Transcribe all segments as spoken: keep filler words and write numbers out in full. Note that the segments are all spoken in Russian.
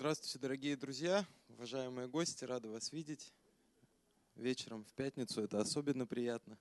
Здравствуйте, дорогие друзья, уважаемые гости, рады вас видеть. Вечером в пятницу это особенно приятно.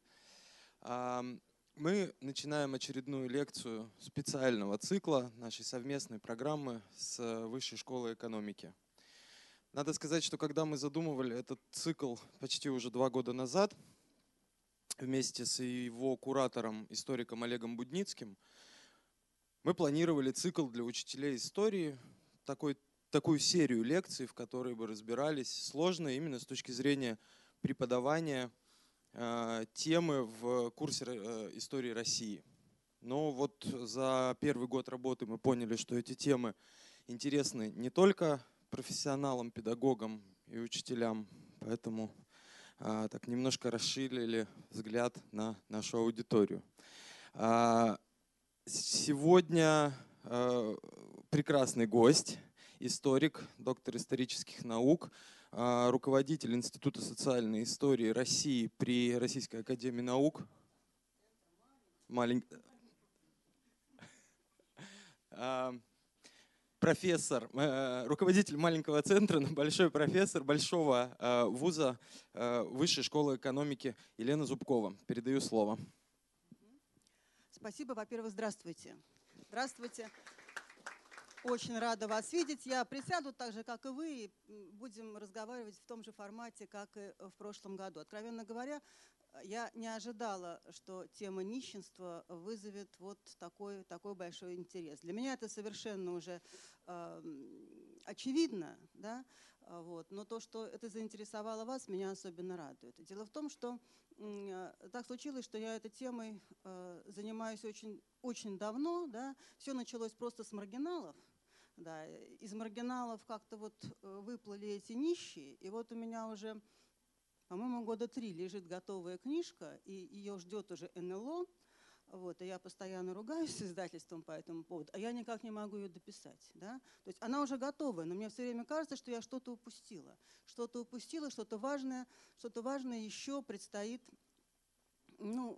Мы начинаем очередную лекцию специального цикла нашей совместной программы с Высшей школой экономики. Надо сказать, что когда мы задумывали этот цикл почти уже два года назад, вместе с его куратором, историком Олегом Будницким, мы планировали цикл для учителей истории, такой, такую серию лекций, в которой бы разбирались сложные именно с точки зрения преподавания э, темы в курсе э, истории России. Но вот за первый год работы мы поняли, что эти темы интересны не только профессионалам, педагогам и учителям, поэтому э, так немножко расширили взгляд на нашу аудиторию. А, сегодня э, прекрасный гость, историк, доктор исторических наук, э, руководитель Института социальной истории России при Российской академии наук. Малень... Профессор, э, руководитель маленького центра, но большой профессор большого э, вуза э, Высшей школы экономики Елена Зубкова. Передаю слово. Спасибо. Во-первых, здравствуйте. Здравствуйте. Очень рада вас видеть. Я присяду так же, как и вы, и будем разговаривать в том же формате, как и в прошлом году. Откровенно говоря, я не ожидала, что тема нищенства вызовет вот такой, такой большой интерес. Для меня это совершенно уже э, очевидно, да? Вот. Но то, что это заинтересовало вас, меня особенно радует. Дело в том, что э, так случилось, что я этой темой э, занимаюсь очень, очень давно. Да? Все началось просто с маргиналов. Да. Из маргиналов как-то вот выплыли эти нищие, и вот у меня уже, по-моему, года три лежит готовая книжка, и ее ждет уже эн эл о. Вот, и я постоянно ругаюсь с издательством по этому поводу, а я никак не могу ее дописать. Да? То есть она уже готовая, но мне все время кажется, что я что-то упустила. Что-то упустила, что-то важное, что-то важное еще предстоит, ну,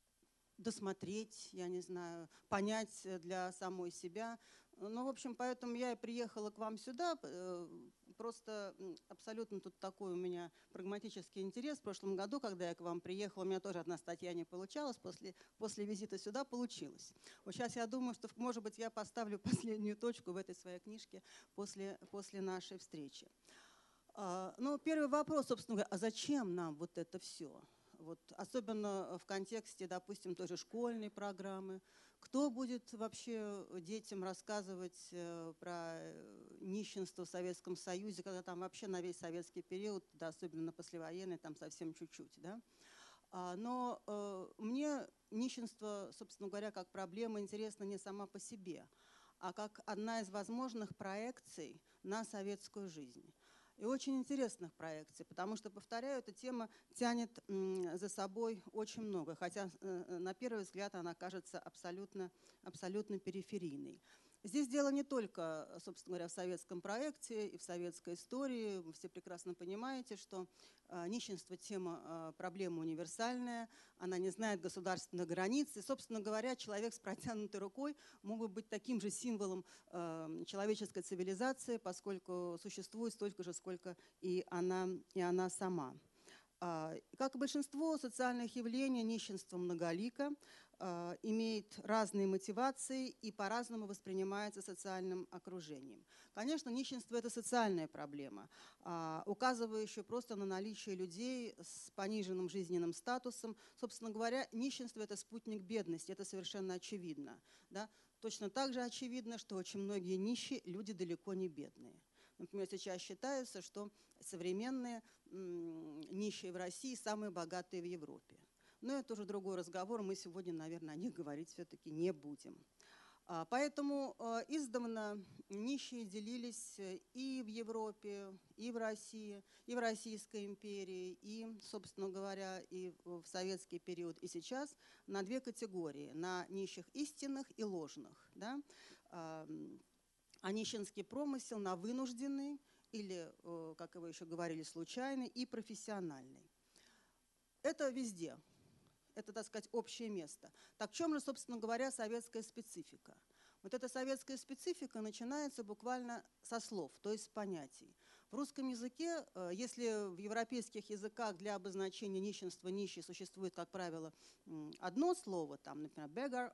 досмотреть, я не знаю, понять для самой себя. Ну, в общем, поэтому я и приехала к вам сюда. Просто абсолютно тут такой у меня прагматический интерес. В прошлом году, когда я к вам приехала, у меня тоже одна статья не получалась. После, после визита сюда получилось. Вот сейчас я думаю, что, может быть, я поставлю последнюю точку в этой своей книжке после, после нашей встречи. Ну, первый вопрос, собственно говоря, а зачем нам вот это все? Вот, особенно в контексте, допустим, той же школьной программы. Кто будет вообще детям рассказывать про нищенство в Советском Союзе, когда там вообще на весь советский период, да, особенно послевоенный, там совсем чуть-чуть. Да? Но э, мне нищенство, собственно говоря, как проблема интересна не сама по себе, а как одна из возможных проекций на советскую жизнь. И очень интересных проекций, потому что, повторяю, эта тема тянет за собой очень много, хотя на первый взгляд она кажется абсолютно, абсолютно периферийной. Здесь дело не только, собственно говоря, в советском проекте и в советской истории. Вы все прекрасно понимаете, что нищенство – тема, проблема универсальная, она не знает государственных границ. И, собственно говоря, человек с протянутой рукой мог быть таким же символом человеческой цивилизации, поскольку существует столько же, сколько и она, и она сама. Как и большинство социальных явлений, нищенство многолико, имеет разные мотивации и по-разному воспринимается социальным окружением. Конечно, нищенство – это социальная проблема, указывающая просто на наличие людей с пониженным жизненным статусом. Собственно говоря, нищенство – это спутник бедности, это совершенно очевидно. Да? Точно так же очевидно, что очень многие нищие – люди далеко не бедные. Например, сейчас считается, что современные нищие в России самые богатые в Европе. Но это уже другой разговор, мы сегодня, наверное, о них говорить все-таки не будем. Поэтому издавна нищие делились и в Европе, и в России, и в Российской империи, и, собственно говоря, и в советский период, и сейчас на две категории – на нищих истинных и ложных. Да? А нищенский промысел на вынужденный или, как вы еще говорили, случайный и профессиональный. Это везде. Это, так сказать, общее место. Так в чем же, собственно говоря, советская специфика? Вот эта советская специфика начинается буквально со слов, то есть с понятий. В русском языке, если в европейских языках для обозначения нищенства, нищий существует, как правило, одно слово, там, например, beggar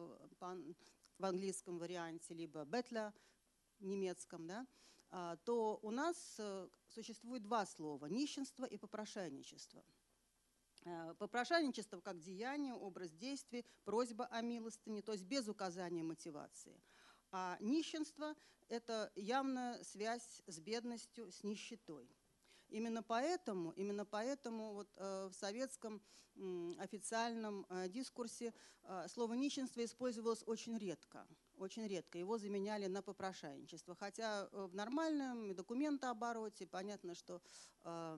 в английском варианте, либо bettler в немецком, да, то у нас существует два слова – нищенство и попрошайничество. Попрошайничество как деяние, образ действий, просьба о милостыне, то есть без указания мотивации. А нищенство – это явная связь с бедностью, с нищетой. Именно поэтому, именно поэтому вот, э, в советском э, официальном э, дискурсе э, слово «нищенство» использовалось очень редко. Очень редко. Его заменяли на попрошайничество. Хотя в нормальном документообороте понятно, что э,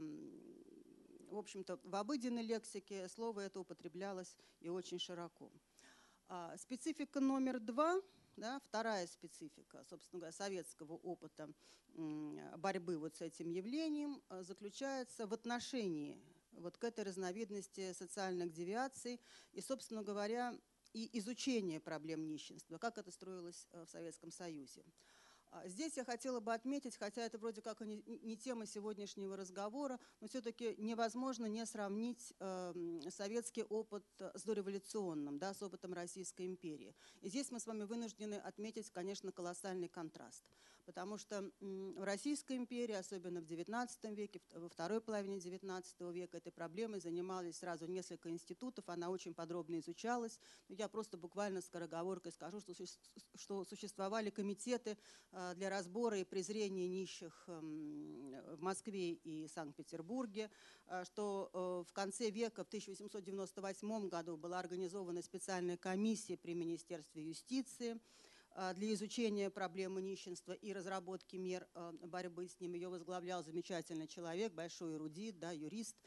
в общем-то, в обыденной лексике слово это употреблялось и очень широко. А, специфика номер два, да, вторая специфика, собственно говоря, советского опыта борьбы вот с этим явлением заключается в отношении вот к этой разновидности социальных девиаций и, собственно говоря, и изучение проблем нищенства, как это строилось в Советском Союзе. Здесь я хотела бы отметить, хотя это вроде как и не тема сегодняшнего разговора, но все-таки невозможно не сравнить э, советский опыт с дореволюционным, да, с опытом Российской империи. И здесь мы с вами вынуждены отметить, конечно, колоссальный контраст. Потому что в Российской империи, особенно в девятнадцатом веке, во второй половине девятнадцатого века, этой проблемой занимались сразу несколько институтов, она очень подробно изучалась. Я просто буквально скороговоркой скажу, что, что существовали комитеты для разбора и презрения нищих в Москве и Санкт-Петербурге, что в конце века, в тысяча восемьсот девяносто восьмом году, была организована специальная комиссия при Министерстве юстиции для изучения проблемы нищенства и разработки мер борьбы с ним. Ее возглавлял замечательный человек, большой эрудит, да, юрист,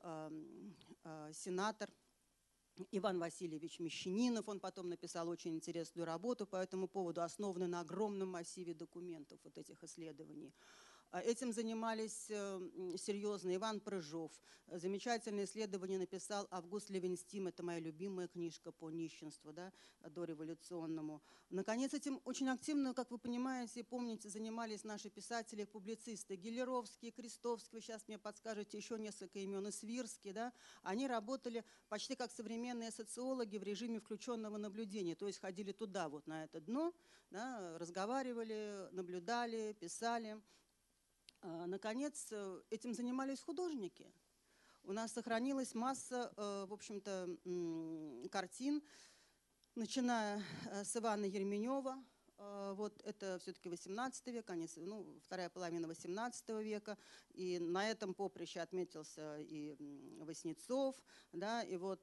сенатор Иван Васильевич Мещанинов. Он потом написал очень интересную работу по этому поводу, основанную на огромном массиве документов вот этих исследований. Этим занимались серьезно Иван Прыжов. Замечательное исследование написал Август Левенстим. Это моя любимая книжка по нищенству, да, дореволюционному. Наконец, этим очень активно, как вы понимаете, помните, занимались наши писатели, публицисты. Гелеровский, Крестовский, вы сейчас мне подскажете еще несколько имен, и Свирский. Да? Они работали почти как современные социологи в режиме включенного наблюдения. То есть ходили туда, вот на это дно, да, разговаривали, наблюдали, писали. Наконец, этим занимались художники. У нас сохранилась масса, в общем-то, картин, начиная с Ивана Ерменева. Вот это все-таки восемнадцатый век, конец, ну, вторая половина восемнадцатого века. И на этом поприще отметился и Васнецов, да, и вот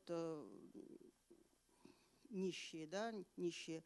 нищие, да, нищие.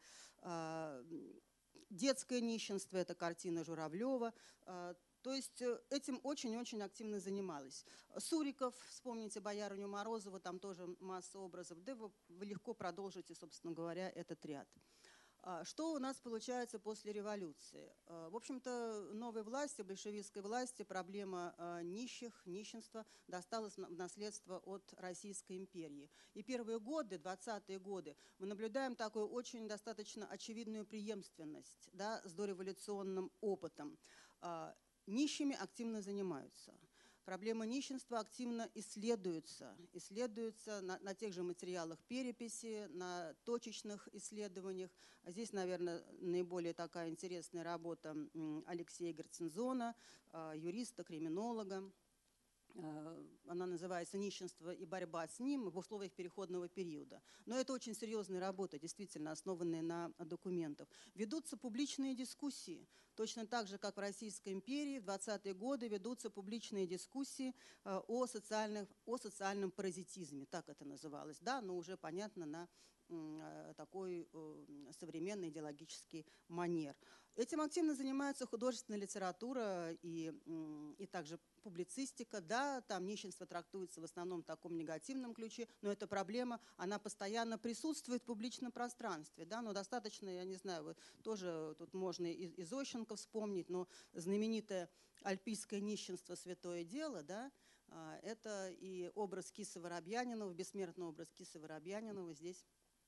Детское нищенство – это картина Журавлева. То есть этим очень-очень активно занималась. Суриков, вспомните боярыню Морозову, там тоже масса образов. Да вы, вы легко продолжите, собственно говоря, этот ряд. Что у нас получается после революции? В общем-то, новой власти, большевистской власти, проблема нищих, нищенства досталась в наследство от Российской империи. И первые годы, двадцатые годы, мы наблюдаем такую очень достаточно очевидную преемственность, да, с дореволюционным опытом. Нищими активно занимаются. Проблема нищенства активно исследуется, исследуется на, на тех же материалах переписи, на точечных исследованиях. Здесь, наверное, наиболее такая интересная работа Алексея Герцензона, юриста, криминолога. Она называется «Нищенство и борьба с ним в условиях переходного периода». Но это очень серьезная работа, действительно, основанная на документах. Ведутся публичные дискуссии. Точно так же, как в Российской империи в двадцатые годы ведутся публичные дискуссии о, социальных, о социальном паразитизме, так это называлось, да, но уже понятно на такой современный идеологический манер. Этим активно занимается художественная литература и, и также публицистика. Да, там нищенство трактуется в основном в таком негативном ключе, но эта проблема, она постоянно присутствует в публичном пространстве. Да, но достаточно, я не знаю, вы тоже тут можно и, и Зощенко вспомнить, но знаменитое альпийское нищенство «Святое дело», да, это и образ Кисы Воробьянинова, бессмертный образ Кисы Воробьянинова здесь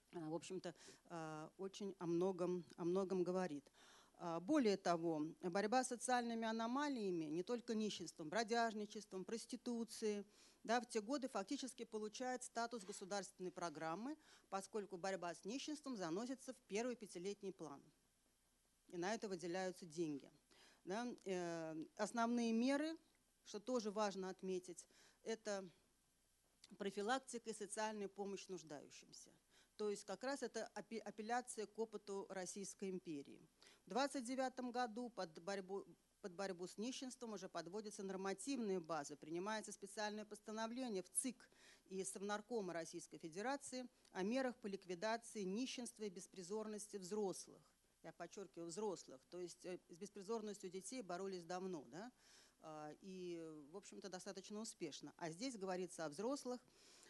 в общем-то, очень о многом, о многом говорит. Более того, борьба с социальными аномалиями, не только нищенством, бродяжничеством, проституцией, да, в те годы фактически получает статус государственной программы, поскольку борьба с нищенством заносится в первый пятилетний план. И на это выделяются деньги. Да. Основные меры, что тоже важно отметить, это профилактика и социальная помощь нуждающимся. То есть как раз это апелляция к опыту Российской империи. В двадцать девятом году под борьбу, под борьбу с нищенством уже подводятся нормативные базы, принимается специальное постановление в ЦИК и Совнаркома Российской Федерации о мерах по ликвидации нищенства и беспризорности взрослых. Я подчеркиваю, взрослых. То есть с беспризорностью детей боролись давно, да? И, в общем-то, достаточно успешно. А здесь говорится о взрослых.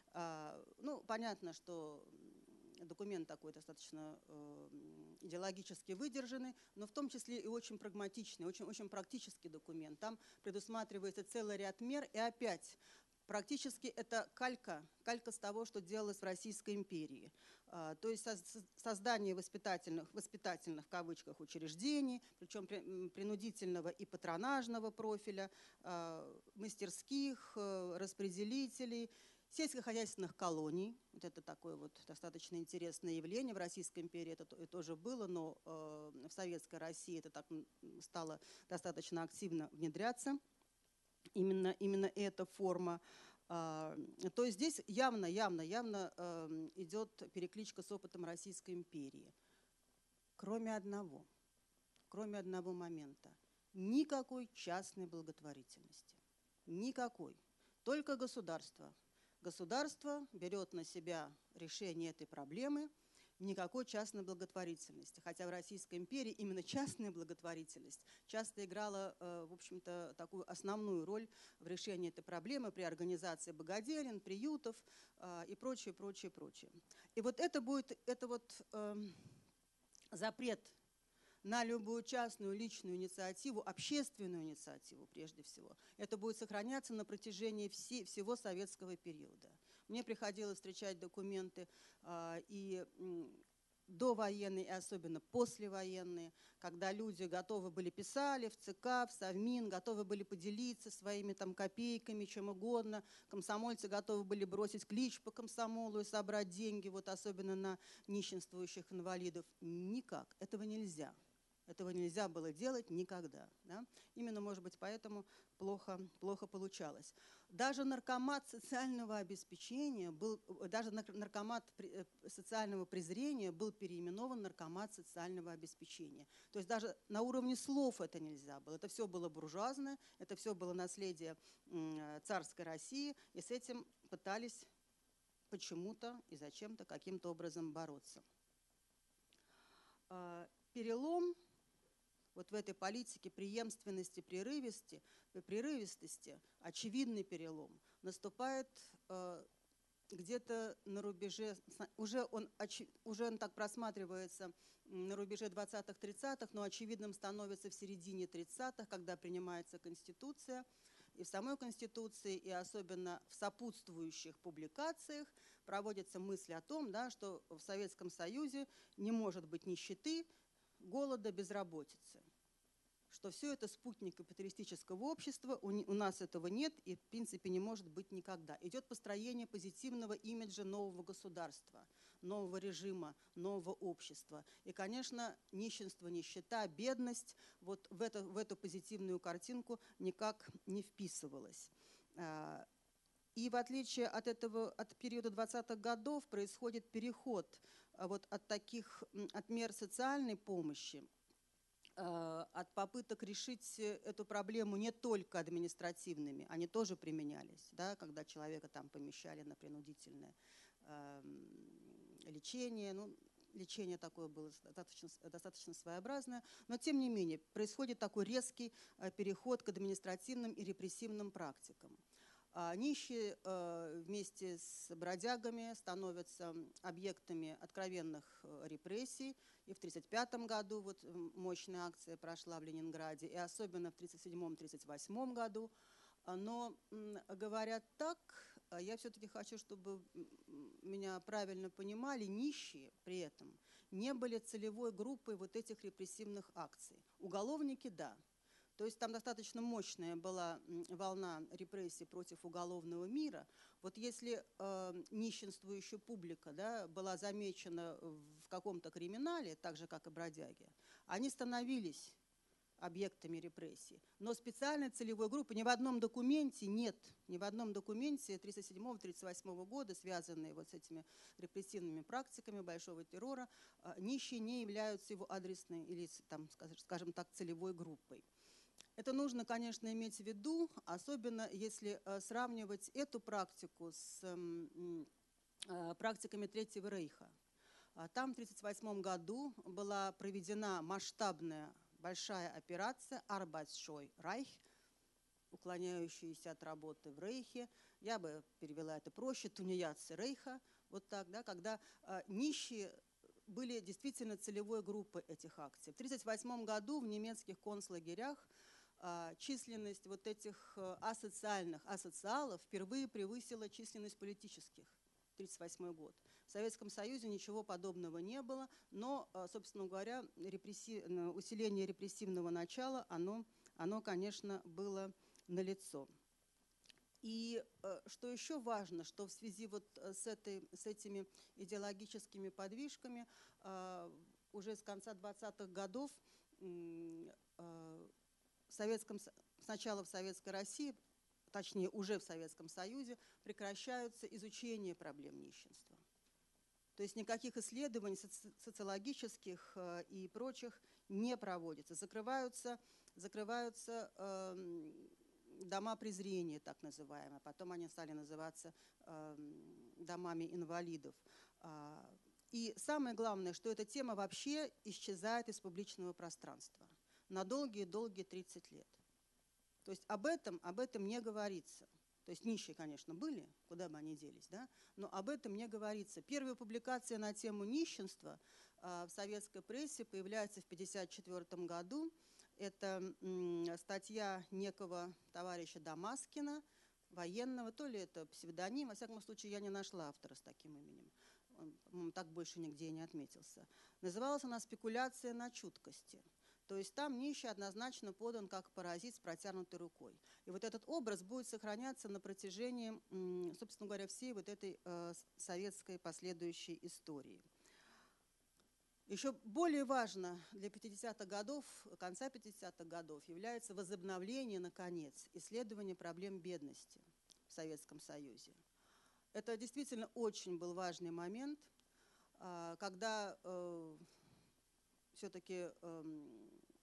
Ну, понятно, что документ такой достаточно э, идеологически выдержанный, но в том числе и очень прагматичный, очень, очень практический документ. Там предусматривается целый ряд мер, и опять практически это калька, калька с того, что делалось в Российской империи. А, то есть создание воспитательных, воспитательных в кавычках учреждений, причем принудительного и патронажного профиля, а, мастерских, распределителей, сельскохозяйственных колоний. Вот это такое вот достаточно интересное явление. В Российской империи это тоже было, но э, в Советской России это так стало достаточно активно внедряться. Именно, именно эта форма. Э, то есть здесь явно, явно, явно э, идет перекличка с опытом Российской империи. Кроме одного, кроме одного момента. Никакой частной благотворительности. Никакой. Только государство. Государство берет на себя решение этой проблемы, никакой частной благотворительности. Хотя в Российской империи именно частная благотворительность часто играла, в общем-то, такую основную роль в решении этой проблемы при организации богоделин, приютов и прочее, прочее, прочее. И вот это будет, это вот э, запрет на любую частную личную инициативу, общественную инициативу прежде всего. Это будет сохраняться на протяжении все, всего советского периода. Мне приходилось встречать документы э, и э, довоенные, и особенно послевоенные, когда люди готовы были писали в ЦК, в Совмин, готовы были поделиться своими там копейками, чем угодно. Комсомольцы готовы были бросить клич по комсомолу и собрать деньги, вот особенно на нищенствующих инвалидов. Никак, этого нельзя. Этого нельзя было делать никогда. Да? Именно, может быть, поэтому плохо, плохо получалось. Даже наркомат социального обеспечения, был, даже наркомат социального презрения был переименован наркомат социального обеспечения. То есть даже на уровне слов это нельзя было. Это все было буржуазное, это все было наследие царской России, и с этим пытались почему-то и зачем-то, каким-то образом бороться. Перелом вот в этой политике преемственности, прерывисти, прерывистости, очевидный перелом наступает э, где-то на рубеже, уже он, уже он так просматривается на рубеже двадцатых-тридцатых, но очевидным становится в середине тридцатых, когда принимается Конституция. И в самой Конституции, и особенно в сопутствующих публикациях проводятся мысли о том, да, что в Советском Союзе не может быть нищеты, голода, безработицы. Что все это спутник капиталистического общества, у, у нас этого нет и в принципе не может быть никогда. Идет построение позитивного имиджа нового государства, нового режима, нового общества. И, конечно, нищенство, нищета, бедность вот в, это, в эту позитивную картинку никак не вписывалась. И в отличие от, этого, от периода двадцатых годов происходит переход вот от таких, от мер социальной помощи, от попыток решить эту проблему не только административными, они тоже применялись, да, когда человека там помещали на принудительное э, лечение. Ну, лечение такое было достаточно, достаточно своеобразное, но тем не менее происходит такой резкий переход к административным и репрессивным практикам. А нищие э, вместе с бродягами становятся объектами откровенных репрессий. И в тридцать пятом году вот мощная акция прошла в Ленинграде, и особенно в тридцать седьмом — тридцать восьмом году. Но, говорят так, я все-таки хочу, чтобы меня правильно понимали, нищие при этом не были целевой группой вот этих репрессивных акций. Уголовники – да. То есть там достаточно мощная была волна репрессий против уголовного мира. Вот если э, нищенствующая публика, да, была замечена в каком-то криминале, так же, как и бродяги, они становились объектами репрессий. Но специальной целевой группы ни в одном документе нет, ни в одном документе тридцать седьмого — тридцать восьмого года, связанные вот с этими репрессивными практиками большого террора, нищие не являются его адресной или, там, скажем так, целевой группой. Это нужно, конечно, иметь в виду, особенно если сравнивать эту практику с практиками Третьего рейха. Там в тысяча девятьсот тридцать восьмом году была проведена масштабная большая операция «Arbeitsscheu Reich», уклоняющаяся от работы в Рейхе. Я бы перевела это проще: тунеядцы Рейха. Вот так, да, когда э, нищие были действительно целевой группой этих акций. В тысяча девятьсот тридцать восьмом году в немецких концлагерях э, численность вот этих э, асоциальных асоциалов впервые превысила численность политических. тридцать восьмой год. В Советском Союзе ничего подобного не было, но, собственно говоря, репрессив... усиление репрессивного начала, оно, оно, конечно, было налицо. И что еще важно, что в связи вот с, этой, с этими идеологическими подвижками уже с конца двадцатых годов в Советском, сначала в Советской России, точнее уже в Советском Союзе, прекращаются изучение проблем нищенства. То есть никаких исследований социологических и прочих не проводится. Закрываются, закрываются э, дома презрения, так называемые. Потом они стали называться э, домами инвалидов. И самое главное, что эта тема вообще исчезает из публичного пространства на долгие-долгие тридцать лет. То есть об этом, об этом не говорится. То есть нищие, конечно, были, куда бы они делись, да? Но об этом не говорится. Первая публикация на тему нищенства э, в советской прессе появляется в тысяча девятьсот пятьдесят четвёртом году. Это м, статья некого товарища Дамаскина, военного, то ли это псевдоним, во всяком случае я не нашла автора с таким именем. Он так больше нигде не отметился. Называлась она «Спекуляция на чуткости». То есть там нищий однозначно подан как паразит с протянутой рукой. И вот этот образ будет сохраняться на протяжении, собственно говоря, всей вот этой э, советской последующей истории. Еще более важно для пятидесятых годов, конца пятидесятых годов является возобновление, наконец, исследования проблем бедности в Советском Союзе. Это действительно очень был важный момент, э, когда э, все-таки э,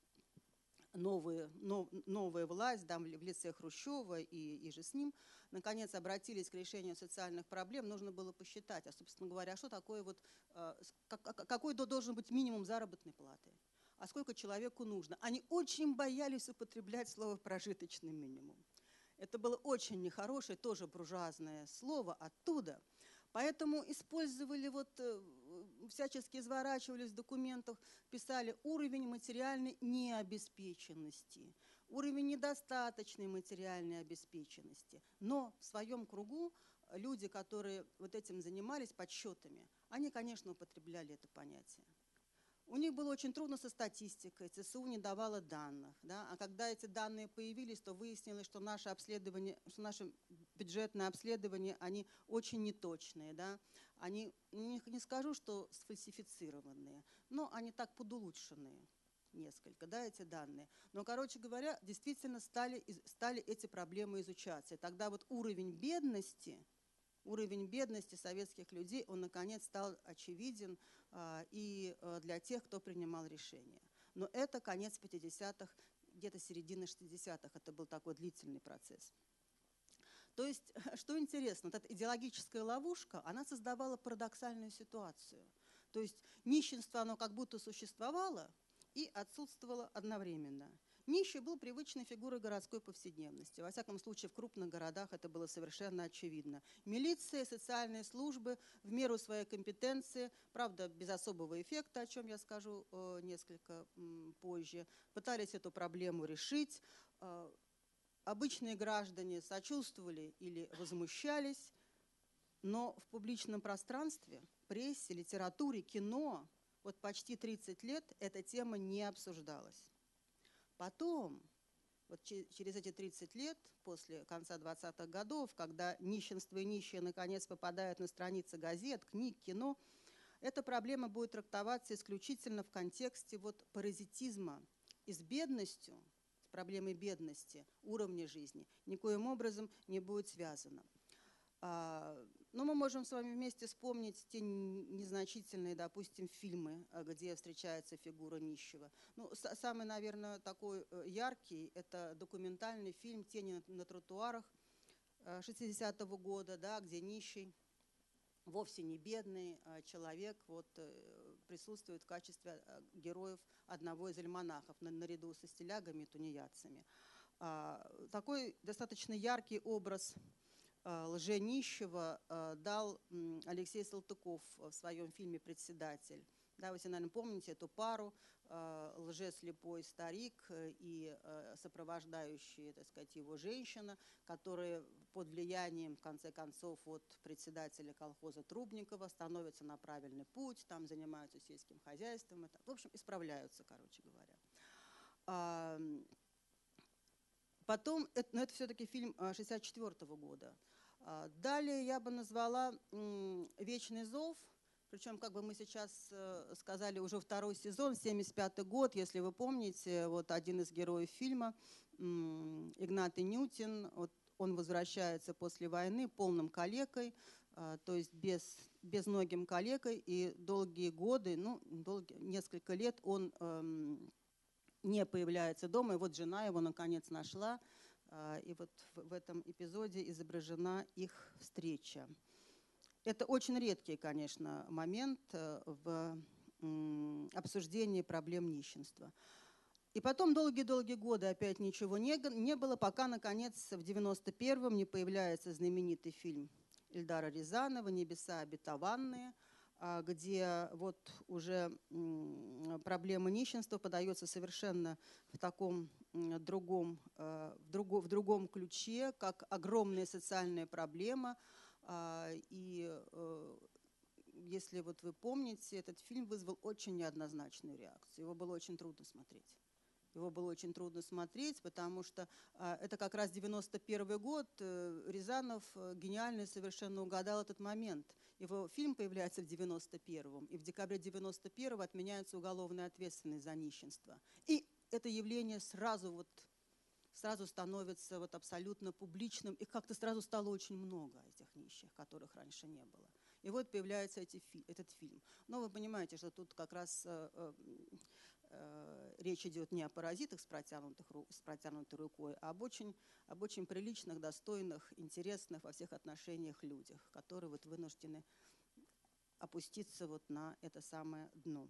Новые, нов, новая власть да, в лице Хрущева и, и же с ним, наконец, обратились к решению социальных проблем, нужно было посчитать, а, собственно говоря, что такое вот, как, какой должен быть минимум заработной платы, а сколько человеку нужно. Они очень боялись употреблять слово «прожиточный минимум». Это было очень нехорошее, тоже буржуазное слово оттуда. Поэтому использовали, вот, всячески изворачивались в документах, писали уровень материальной необеспеченности, уровень недостаточной материальной обеспеченности. Но в своем кругу люди, которые вот этим занимались подсчетами, они, конечно, употребляли это понятие. У них было очень трудно со статистикой, ЦСУ не давало данных. Да? А когда эти данные появились, то выяснилось, что наше обследование, что наше бюджетное обследование, они очень неточные. Да? Они, не, не скажу, что сфальсифицированные, но они так подулучшенные несколько, да, эти данные. Но, короче говоря, действительно стали, стали эти проблемы изучаться. И тогда вот уровень бедности, Уровень бедности советских людей, он, наконец, стал очевиден а, и а, для тех, кто принимал решения. Но это конец пятидесятых, где-то середина шестидесятых. Это был такой длительный процесс. То есть, что интересно, вот эта идеологическая ловушка, она создавала парадоксальную ситуацию. То есть нищенство, оно как будто существовало и отсутствовало одновременно. Нищий был привычной фигурой городской повседневности. Во всяком случае, в крупных городах это было совершенно очевидно. Милиция, социальные службы в меру своей компетенции, правда, без особого эффекта, о чем я скажу э, несколько м, позже, пытались эту проблему решить. Э, обычные граждане сочувствовали или возмущались, но в публичном пространстве, прессе, литературе, кино вот почти тридцать лет эта тема не обсуждалась. Потом, вот через эти тридцать лет, после конца двадцатых годов, когда нищенство и нищие наконец попадают на страницы газет, книг, кино, эта проблема будет трактоваться исключительно в контексте вот паразитизма. И с бедностью, с проблемой бедности, уровня жизни никоим образом не будет связано. Но мы можем с вами вместе вспомнить те незначительные, допустим, фильмы, где встречается фигура нищего. Ну, самый, наверное, такой яркий – это документальный фильм «Тени на тротуарах» шестидесятого года, да, где нищий, вовсе не бедный человек, вот, присутствует в качестве героев одного из альманахов наряду со стилягами и тунеядцами. Такой достаточно яркий образ лженищего дал Алексей Салтыков в своем фильме «Председатель». Да, вы все, наверное, помните эту пару, лжеслепой старик и сопровождающая, так сказать, его женщина, которые под влиянием, в конце концов, от председателя колхоза Трубникова становятся на правильный путь, там занимаются сельским хозяйством, в общем, исправляются, короче говоря. Потом, это, но это все-таки фильм шестьдесят четвёртого года. Далее я бы назвала «Вечный зов», причем, как бы мы сейчас сказали, уже второй сезон, семьдесят пятый год, если вы помните, вот один из героев фильма, Игнат Инютин, вот он возвращается после войны полным калекой, то есть без, безногим калекой, и долгие годы, ну, долгие, несколько лет он эм, не появляется дома, и вот жена его наконец нашла, и вот в этом эпизоде изображена их встреча. Это очень редкий, конечно, момент в обсуждении проблем нищенства. И потом долгие-долгие годы опять ничего не, не было, пока, наконец, в девяносто первом не появляется знаменитый фильм Эльдара Рязанова «Небеса обетованные», где вот уже проблема нищенства подается совершенно в таком другом, в другом, в другом ключе, как огромная социальная проблема. И если вот вы помните, этот фильм вызвал очень неоднозначную реакцию. Его было очень трудно смотреть. Его было очень трудно смотреть, потому что это как раз девяносто первый год. Рязанов гениально совершенно угадал этот момент. Его фильм появляется в девяносто первом, и в декабре девяносто первого отменяется уголовная ответственность за нищенство. И это явление сразу, вот, сразу становится вот абсолютно публичным, и как-то сразу стало очень много этих нищих, которых раньше не было. И вот появляется эти, этот фильм. Но вы понимаете, что тут как раз э, э, речь идет не о паразитах с, с протянутой рукой, а об очень, об очень приличных, достойных, интересных во всех отношениях людях, которые вот вынуждены опуститься вот на это самое дно.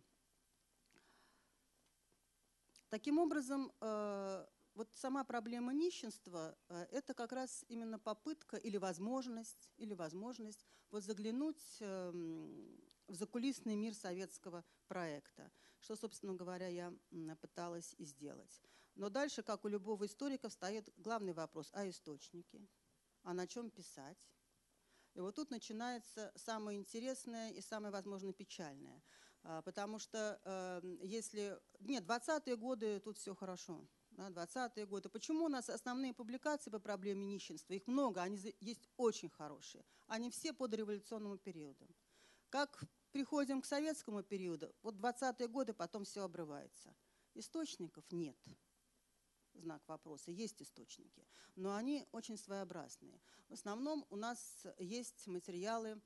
Таким образом, э, вот сама проблема нищенства э, – это как раз именно попытка или возможность, или возможность вот заглянуть э, в закулисный мир советского проекта, что, собственно говоря, я пыталась и сделать. Но дальше, как у любого историка, встает главный вопрос: а источники? А на чем писать? И вот тут начинается самое интересное и самое, возможно, печальное. Потому что э, если… Нет, двадцатые годы тут все хорошо. Да, двадцатые годы. Почему у нас основные публикации по проблеме нищенства? Их много, они есть очень хорошие. Они все под революционным периодом. Как приходим к советскому периоду, вот двадцатые годы, потом все обрывается. Источников нет. Знак вопроса. Есть источники, но они очень своеобразные. В основном у нас есть материалы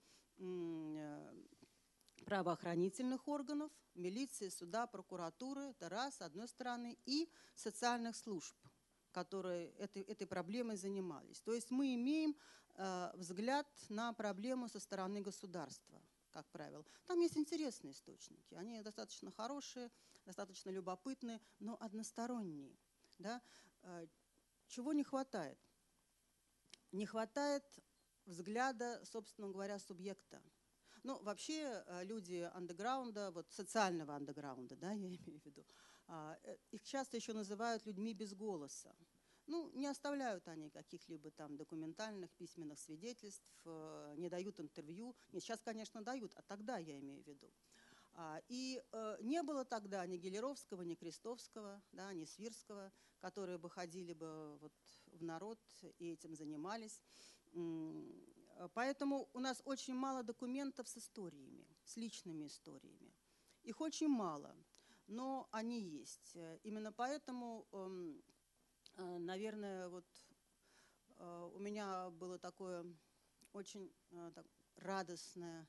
правоохранительных органов, милиции, суда, прокуратуры, это раз, с одной стороны, и социальных служб, которые этой, этой проблемой занимались. То есть мы имеем э, взгляд на проблему со стороны государства, как правило. Там есть интересные источники, они достаточно хорошие, достаточно любопытные, но односторонние. Да? Чего не хватает? Не хватает взгляда, собственно говоря, субъекта. Ну, вообще люди андеграунда, вот социального андеграунда, да, я имею в виду, их часто еще называют людьми без голоса. Ну, не оставляют они каких-либо там документальных, письменных свидетельств, не дают интервью. Нет, сейчас, конечно, дают, а тогда я имею в виду. И не было тогда ни Гелеровского, ни Крестовского, да, ни Свирского, которые бы ходили бы вот в народ и этим занимались. Поэтому у нас очень мало документов с историями, с личными историями. Их очень мало, но они есть. Именно поэтому, наверное, вот у меня было такое очень так, радостное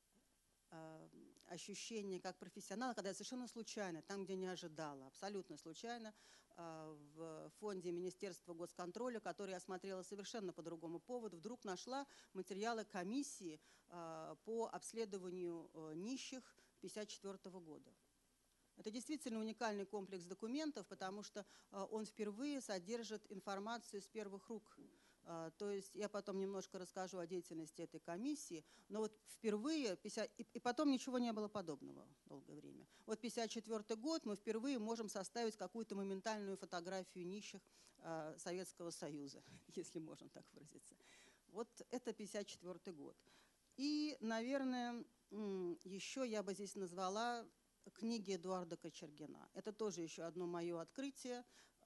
ощущение как профессионала, когда я совершенно случайно, там, где не ожидала, абсолютно случайно, в фонде Министерства госконтроля, который я смотрела совершенно по другому поводу, вдруг нашла материалы комиссии по обследованию нищих тысяча девятьсот пятьдесят четвёртого года. Это действительно уникальный комплекс документов, потому что он впервые содержит информацию с первых рук. То есть я потом немножко расскажу о деятельности этой комиссии, но вот впервые, и потом ничего не было подобного долгое время. Вот пятьдесят четвёртый год мы впервые можем составить какую-то моментальную фотографию нищих Советского Союза, если можно так выразиться. Вот это пятьдесят четвёртый год. И, наверное, еще я бы здесь назвала книги Эдуарда Кочергина. Это тоже еще одно мое открытие.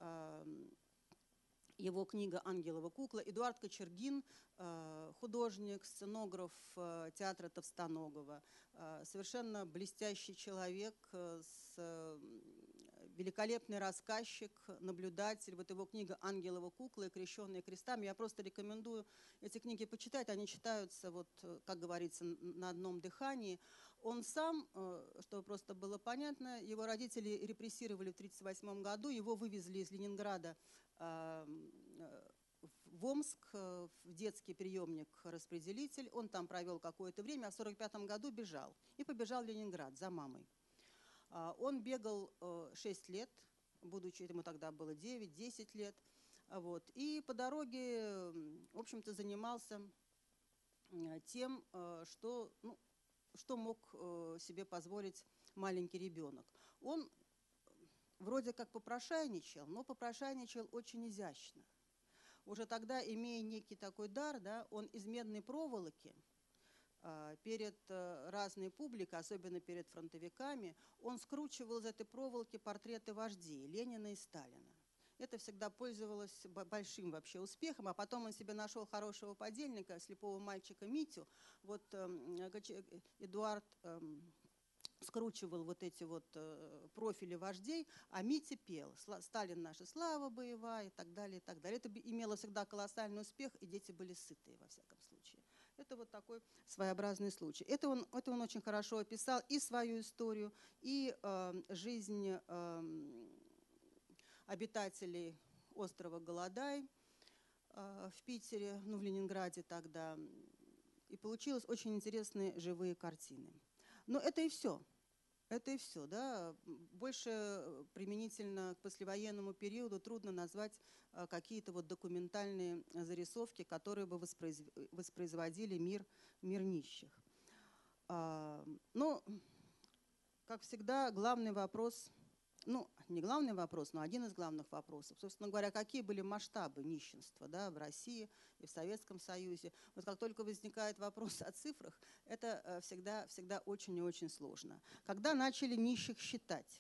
Его книга «Ангелова кукла». Эдуард Кочергин, художник, сценограф театра Товстоногова, совершенно блестящий человек, великолепный рассказчик, наблюдатель. Вот его книга «Ангелова кукла» и «Крещенные крестами». Я просто рекомендую эти книги почитать. Они читаются, вот, как говорится, на одном дыхании. Он сам, чтобы просто было понятно, его родители репрессировали в тысяча девятьсот тридцать восьмом году, его вывезли из Ленинграда в Омск, в детский приемник-распределитель. Он там провел какое-то время, а в сорок пятом году бежал. И побежал в Ленинград за мамой. Он бегал шесть лет, будучи, ему тогда было девять-десять лет. Вот. И по дороге, в общем-то, занимался тем, что, ну, что мог себе позволить маленький ребенок. Он вроде как попрошайничал, но попрошайничал очень изящно. Уже тогда, имея некий такой дар, да, он из медной проволоки перед разной публикой, особенно перед фронтовиками, он скручивал из этой проволоки портреты вождей Ленина и Сталина. Это всегда пользовалось большим вообще успехом, а потом он себе нашел хорошего подельника, слепого мальчика Митю. Вот Эдуард скручивал вот эти вот профили вождей, а Митя пел «Сталин наша слава боевая» и так далее, и так далее. Это имело всегда колоссальный успех, и дети были сытые во всяком случае. Это вот такой своеобразный случай. Это он, это он очень хорошо описал и свою историю, и э, жизнь э, обитателей острова Голодай э, в Питере, ну в Ленинграде тогда. И получилось очень интересные живые картины. Но это и все. Это и все, да. Больше применительно к послевоенному периоду трудно назвать какие-то вот документальные зарисовки, которые бы воспроизводили мир, мир нищих. Но, как всегда, главный вопрос, ну, не главный вопрос, но один из главных вопросов, собственно говоря, какие были масштабы нищенства, да, в России и в Советском Союзе. Вот как только возникает вопрос о цифрах, это всегда, всегда очень и очень сложно. Когда начали нищих считать?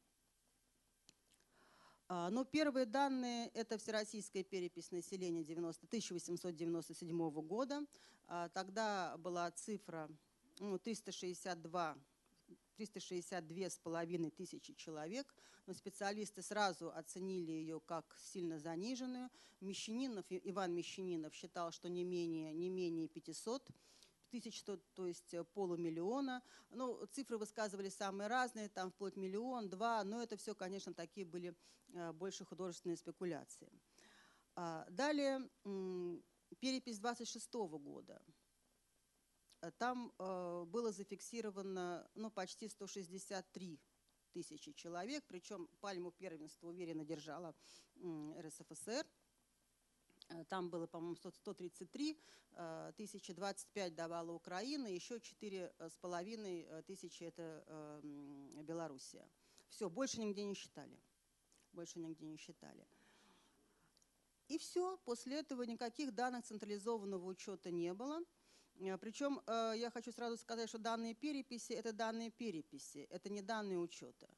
Ну, первые данные – это Всероссийская перепись населения тысяча восемьсот девяносто седьмого года. Тогда была цифра ну, триста шестьдесят два триста шестьдесят две с половиной тысячи человек, но специалисты сразу оценили ее как сильно заниженную. Мещанинов, Иван Мещанинов считал, что не менее, не менее пятисот тысяч, то, то есть полумиллиона. Ну, цифры высказывали самые разные, там вплоть миллион, два, но это все, конечно, такие были больше художественные спекуляции. Далее перепись двадцать шестого года. Там э, было зафиксировано ну, почти сто шестьдесят три тысячи человек, причем пальму первенства уверенно держала э, эр эс эф эс эр. Там было, по-моему, сто тридцать три тысячи, двадцать пять давала Украина, еще четыре с половиной тысячи это э, Белоруссия. Все, больше нигде не считали. Больше нигде не считали. И все, после этого никаких данных централизованного учета не было. Причем я хочу сразу сказать, что данные переписи – это данные переписи, это не данные учета.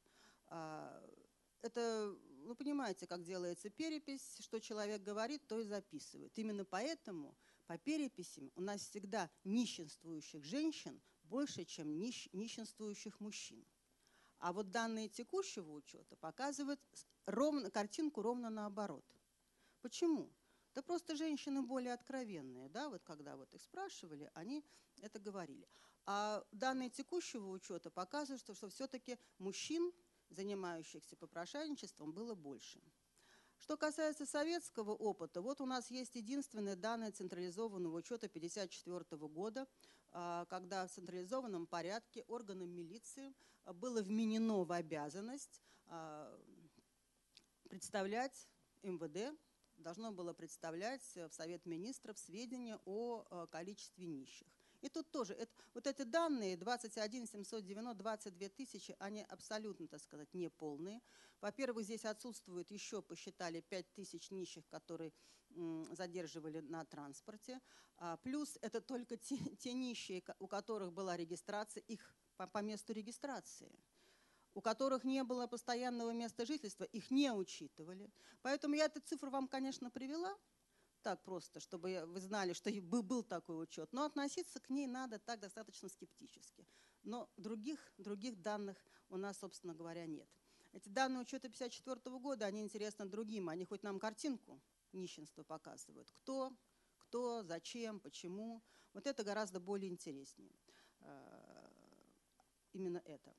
Это, вы понимаете, как делается перепись, что человек говорит, то и записывает. Именно поэтому по переписям у нас всегда нищенствующих женщин больше, чем нищ, нищенствующих мужчин. А вот данные текущего учета показывают ровно, картинку ровно наоборот. Почему? Да просто женщины более откровенные, да, вот когда вот их спрашивали, они это говорили. А данные текущего учета показывают, что, что все-таки мужчин, занимающихся попрошайничеством, было больше. Что касается советского опыта, вот у нас есть единственные данные централизованного учета тысяча девятьсот пятьдесят четвёртого года, когда в централизованном порядке органам милиции было вменено в обязанность представлять эм вэ дэ, должно было представлять в Совет Министров сведения о количестве нищих. И тут тоже, это, вот эти данные, двадцать один семьсот девяносто, двадцать две тысячи, они абсолютно, так сказать, неполные. Во-первых, здесь отсутствует еще, посчитали, пять тысяч нищих, которые м, задерживали на транспорте. А, плюс это только те, те нищие, у которых была регистрация, их по, по месту регистрации. У которых не было постоянного места жительства, их не учитывали. Поэтому я эту цифру вам, конечно, привела, так просто, чтобы вы знали, что был такой учет. Но относиться к ней надо так достаточно скептически. Но других, других данных у нас, собственно говоря, нет. Эти данные учета тысяча девятьсот пятьдесят четвёртого года, они интересны другим. Они хоть нам картинку нищенства показывают. Кто, кто, зачем, почему. Вот это гораздо более интереснее. Именно это.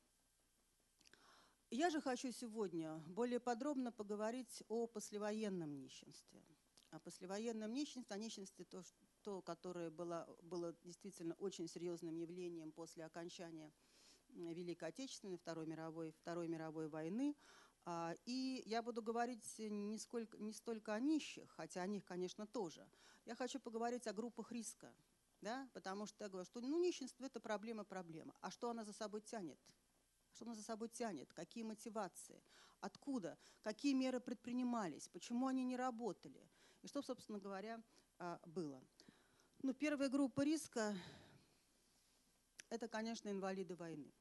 Я же хочу сегодня более подробно поговорить о послевоенном нищенстве. О послевоенном нищенстве, о нищенстве, то, то которое было, было действительно очень серьезным явлением после окончания Великой Отечественной, Второй мировой, Второй мировой войны. И я буду говорить не, сколько, не столько о нищих, хотя о них, конечно, тоже. Я хочу поговорить о группах риска, да? Потому что я говорю, что ну, нищенство – это проблема-проблема. А что она за собой тянет? Что она за собой тянет? Какие мотивации? Откуда? Какие меры предпринимались? Почему они не работали? И что, собственно говоря, было? Ну, первая группа риска – это, конечно, инвалиды войны.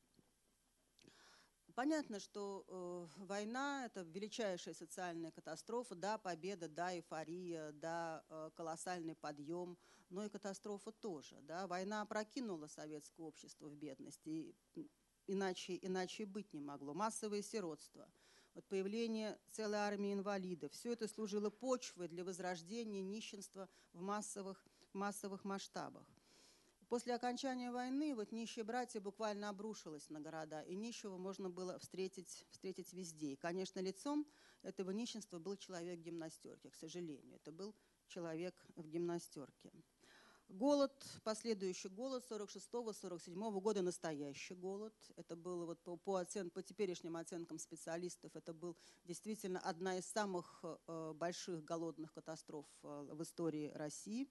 Понятно, что э, война – это величайшая социальная катастрофа. Да, победа, да, эйфория, да, э, колоссальный подъем, но и катастрофа тоже. Да. Война опрокинула советское общество в бедность, и иначе, иначе быть не могло. Массовое сиротство, вот появление целой армии инвалидов – все это служило почвой для возрождения нищенства в массовых, массовых масштабах. После окончания войны вот нищие братья буквально обрушилось на города, и нищего можно было встретить, встретить везде. И, конечно, лицом этого нищенства был человек в гимнастерке, к сожалению. Это был человек в гимнастерке. Голод, последующий голод сорок шестого — сорок седьмого года, настоящий голод. Это было вот по, по, оцен, по теперешним оценкам специалистов, это был действительно одна из самых э, больших голодных катастроф э, в истории России.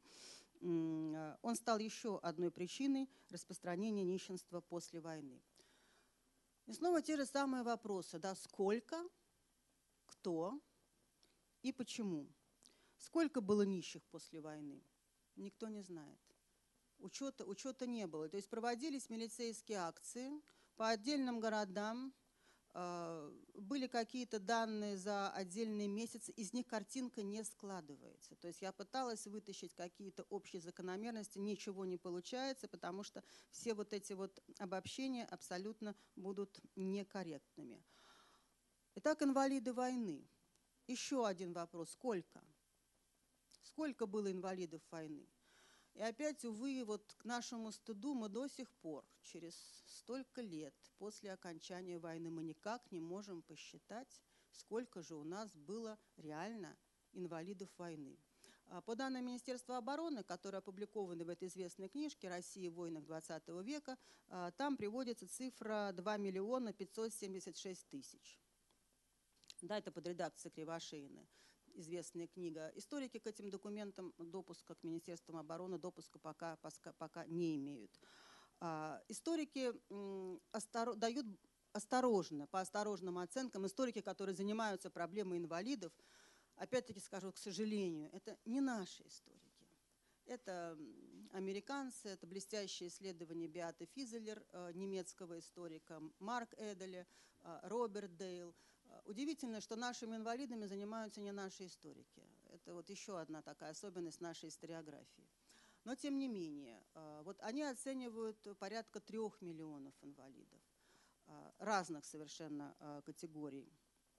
Он стал еще одной причиной распространения нищенства после войны. И снова те же самые вопросы. Да, сколько, кто и почему? Сколько было нищих после войны? Никто не знает. Учета, учета не было. То есть проводились милицейские акции по отдельным городам. Были какие-то данные за отдельные месяцы, из них картинка не складывается. То есть я пыталась вытащить какие-то общие закономерности, ничего не получается, потому что все вот эти вот обобщения абсолютно будут некорректными. Итак, инвалиды войны. Еще один вопрос. Сколько? Сколько было инвалидов войны? И опять, увы, вот к нашему стыду мы до сих пор, через столько лет после окончания войны, мы никак не можем посчитать, сколько же у нас было реально инвалидов войны. По данным Министерства обороны, которые опубликованы в этой известной книжке «Россия в войнах двадцатого века», там приводится цифра два миллиона пятьсот семьдесят шесть тысяч. Да, это под редакцией Кривошеиной. Известная книга. Историки к этим документам допуска, к Министерству обороны допуска пока, пока, пока не имеют. А, историки м, остор, дают осторожно, по осторожным оценкам, историки, которые занимаются проблемой инвалидов, опять-таки скажу, к сожалению, это не наши историки. Это американцы, это блестящее исследование Беаты Физелер, немецкого историка, Марк Эделе, Роберт Дейл. Удивительно, что нашими инвалидами занимаются не наши историки. Это вот еще одна такая особенность нашей историографии. Но тем не менее, вот они оценивают порядка трех миллионов инвалидов разных совершенно категорий.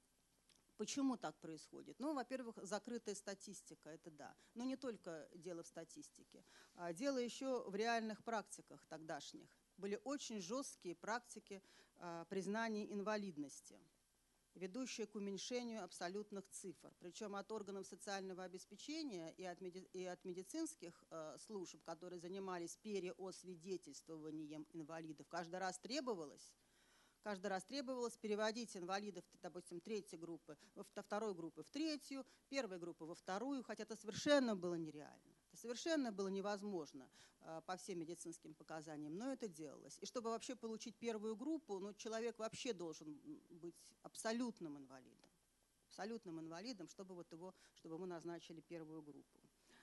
Почему так происходит? Ну, во-первых, закрытая статистика, это да. Но не только дело в статистике. А дело еще в реальных практиках тогдашних. Были очень жесткие практики а, признания инвалидности, ведущие к уменьшению абсолютных цифр. Причем от органов социального обеспечения и от, меди и от медицинских а, служб, которые занимались переосвидетельствованием инвалидов, каждый раз требовалось, Каждый раз требовалось переводить инвалидов, допустим, третьей группы, во второй группы в третью, первой группы во вторую, хотя это совершенно было нереально. Это совершенно было невозможно э, по всем медицинским показаниям, но это делалось. И чтобы вообще получить первую группу, ну, человек вообще должен быть абсолютным инвалидом. Абсолютным инвалидом, чтобы, вот его, чтобы ему назначили первую группу.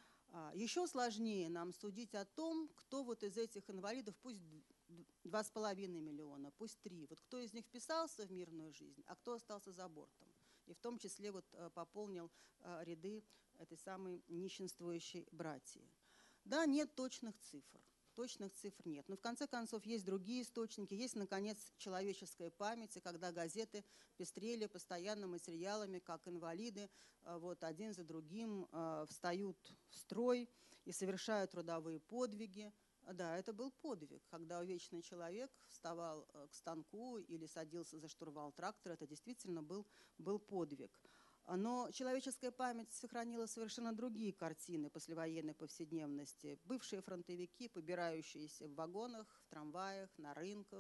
Еще сложнее нам судить о том, кто вот из этих инвалидов, пусть два с половиной миллиона, пусть три, вот кто из них вписался в мирную жизнь, а кто остался за бортом. И в том числе вот пополнил ряды этой самой нищенствующей братьи. Да, нет точных цифр. Точных цифр нет. Но в конце концов есть другие источники. Есть, наконец, человеческая память, и когда газеты пестрели постоянно материалами, как инвалиды вот, один за другим э, встают в строй и совершают трудовые подвиги. Да, это был подвиг. Когда увечный человек вставал к станку или садился за штурвал трактора, это действительно был, был подвиг. Но человеческая память сохранила совершенно другие картины послевоенной повседневности. Бывшие фронтовики, побирающиеся в вагонах, в трамваях, на рынках,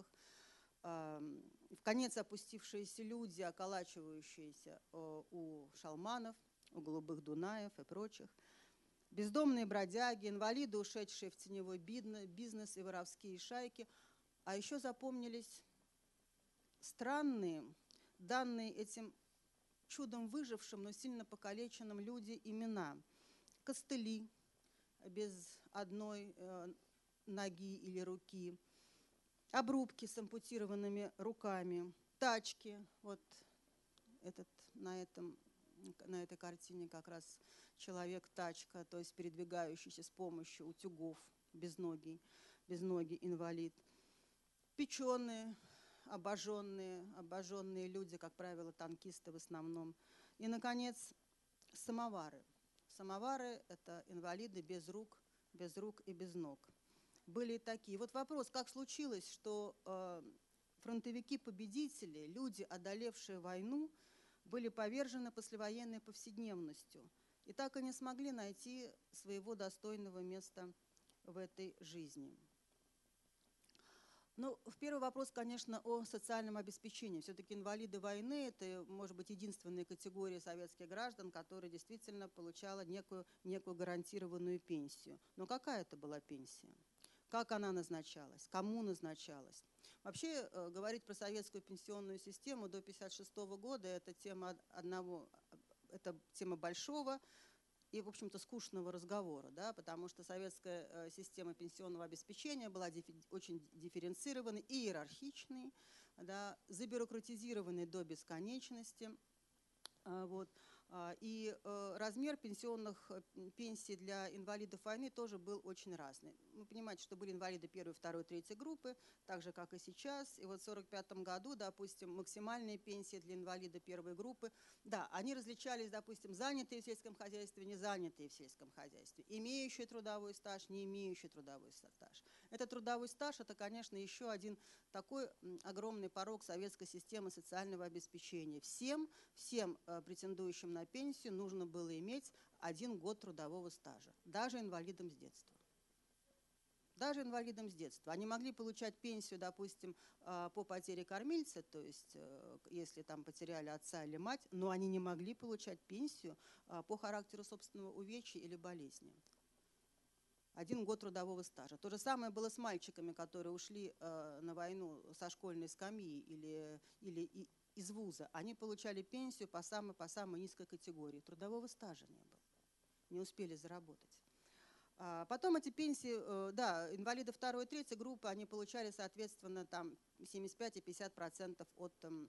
в конец опустившиеся люди, околачивающиеся у шалманов, у голубых дунаев и прочих, бездомные бродяги, инвалиды, ушедшие в теневой бизнес и воровские шайки. А еще запомнились странные, данные этим чудом выжившим, но сильно покалеченным люди имена. Костыли без одной э, ноги или руки, обрубки с ампутированными руками, тачки. Вот этот, на, этом, на этой картине как раз человек-тачка, то есть передвигающийся с помощью утюгов, безногий, безногий инвалид. Печеные, обожженные, обожженные люди, как правило, танкисты в основном. И, наконец, самовары. Самовары – это инвалиды без рук, без рук и без ног. Были и такие. Вот вопрос, как случилось, что э, фронтовики-победители, люди, одолевшие войну, были повержены послевоенной повседневностью и так и не смогли найти своего достойного места в этой жизни. Ну, в первый вопрос, конечно, о социальном обеспечении. Все-таки инвалиды войны – это, может быть, единственная категория советских граждан, которая действительно получала некую, некую гарантированную пенсию. Но какая это была пенсия? Как она назначалась? Кому назначалась? Вообще, э, говорить про советскую пенсионную систему до тысяча девятьсот пятьдесят шестого года – это тема одного, это тема большого и, в общем-то, скучного разговора, да, потому что советская э, система пенсионного обеспечения была дифи очень дифференцированной и иерархичной, да, забюрократизированной до бесконечности. А, вот. И э, размер пенсионных пенсий для инвалидов войны тоже был очень разный. Вы понимаете, что были инвалиды первой, второй, третьей группы, так же, как и сейчас. И вот в сорок пятом году, допустим, максимальные пенсии для инвалида первой группы, да, они различались, допустим, занятые в сельском хозяйстве, не занятые в сельском хозяйстве, имеющие трудовой стаж, не имеющие трудовой стаж. Этот трудовой стаж – это, конечно, еще один такой огромный порог советской системы социального обеспечения. Всем, всем э, претендующим на пенсию нужно было иметь один год трудового стажа, даже инвалидам с детства. Даже инвалидам с детства. Они могли получать пенсию, допустим, по потере кормильца, то есть если там потеряли отца или мать, но они не могли получать пенсию по характеру собственного увечья или болезни. Один год трудового стажа. То же самое было с мальчиками, которые ушли на войну со школьной скамьи или, или из вуза, они получали пенсию по самой, по самой низкой категории. Трудового стажа не было, не успели заработать. Потом эти пенсии, да, инвалиды второй и третьей группы, они получали, соответственно, там семьдесят пять и пятьдесят процентов от там,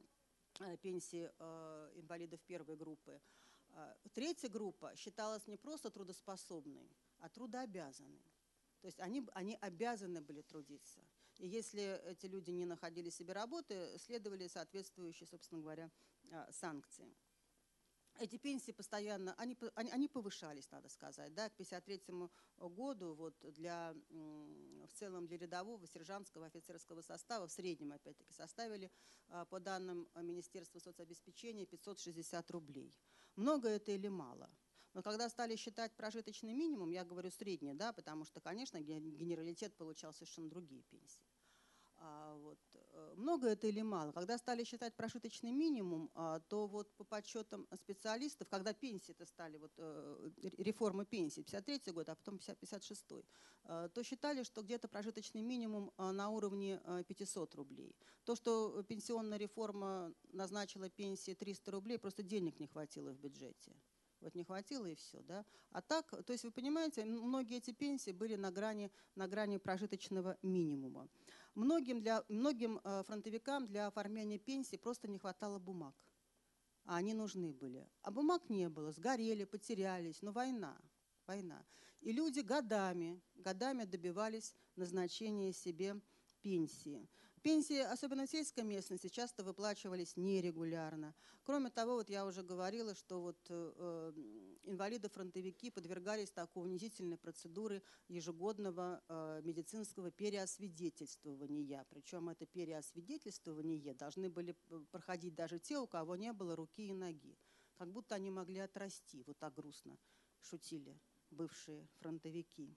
пенсии инвалидов первой группы. Третья группа считалась не просто трудоспособной, а трудообязанной. То есть они, они обязаны были трудиться. И если эти люди не находили себе работы, следовали соответствующие, собственно говоря, санкции. Эти пенсии постоянно, они, они, они повышались, надо сказать. Да, к пятьдесят третьему году вот для, в целом для рядового, сержантского, офицерского состава, в среднем, опять-таки, составили, по данным Министерства соцобеспечения, пятьсот шестьдесят рублей. Много это или мало? Но когда стали считать прожиточный минимум, я говорю средний, да, потому что, конечно, генералитет получал совершенно другие пенсии. А вот, много это или мало? Когда стали считать прожиточный минимум, то вот по подсчетам специалистов, когда пенсии-то стали, вот, реформа пенсии, пятьдесят третий год, а потом пятьдесят шестой, то считали, что где-то прожиточный минимум на уровне пятисот рублей. То, что пенсионная реформа назначила пенсии триста рублей, просто денег не хватило в бюджете. Вот не хватило и все, да. А так, то есть вы понимаете, многие эти пенсии были на грани, на грани прожиточного минимума. Многим, для, многим фронтовикам для оформления пенсии просто не хватало бумаг, а они нужны были. А бумаг не было, сгорели, потерялись, но война, война. И люди годами, годами добивались назначения себе пенсии. Пенсии, особенно в сельской местности, часто выплачивались нерегулярно. Кроме того, вот я уже говорила, что вот, э, инвалиды-фронтовики подвергались такой унизительной процедуре ежегодного э, медицинского переосвидетельствования. Причем это переосвидетельствование должны были проходить даже те, у кого не было руки и ноги. Как будто они могли отрасти. Вот так грустно шутили бывшие фронтовики.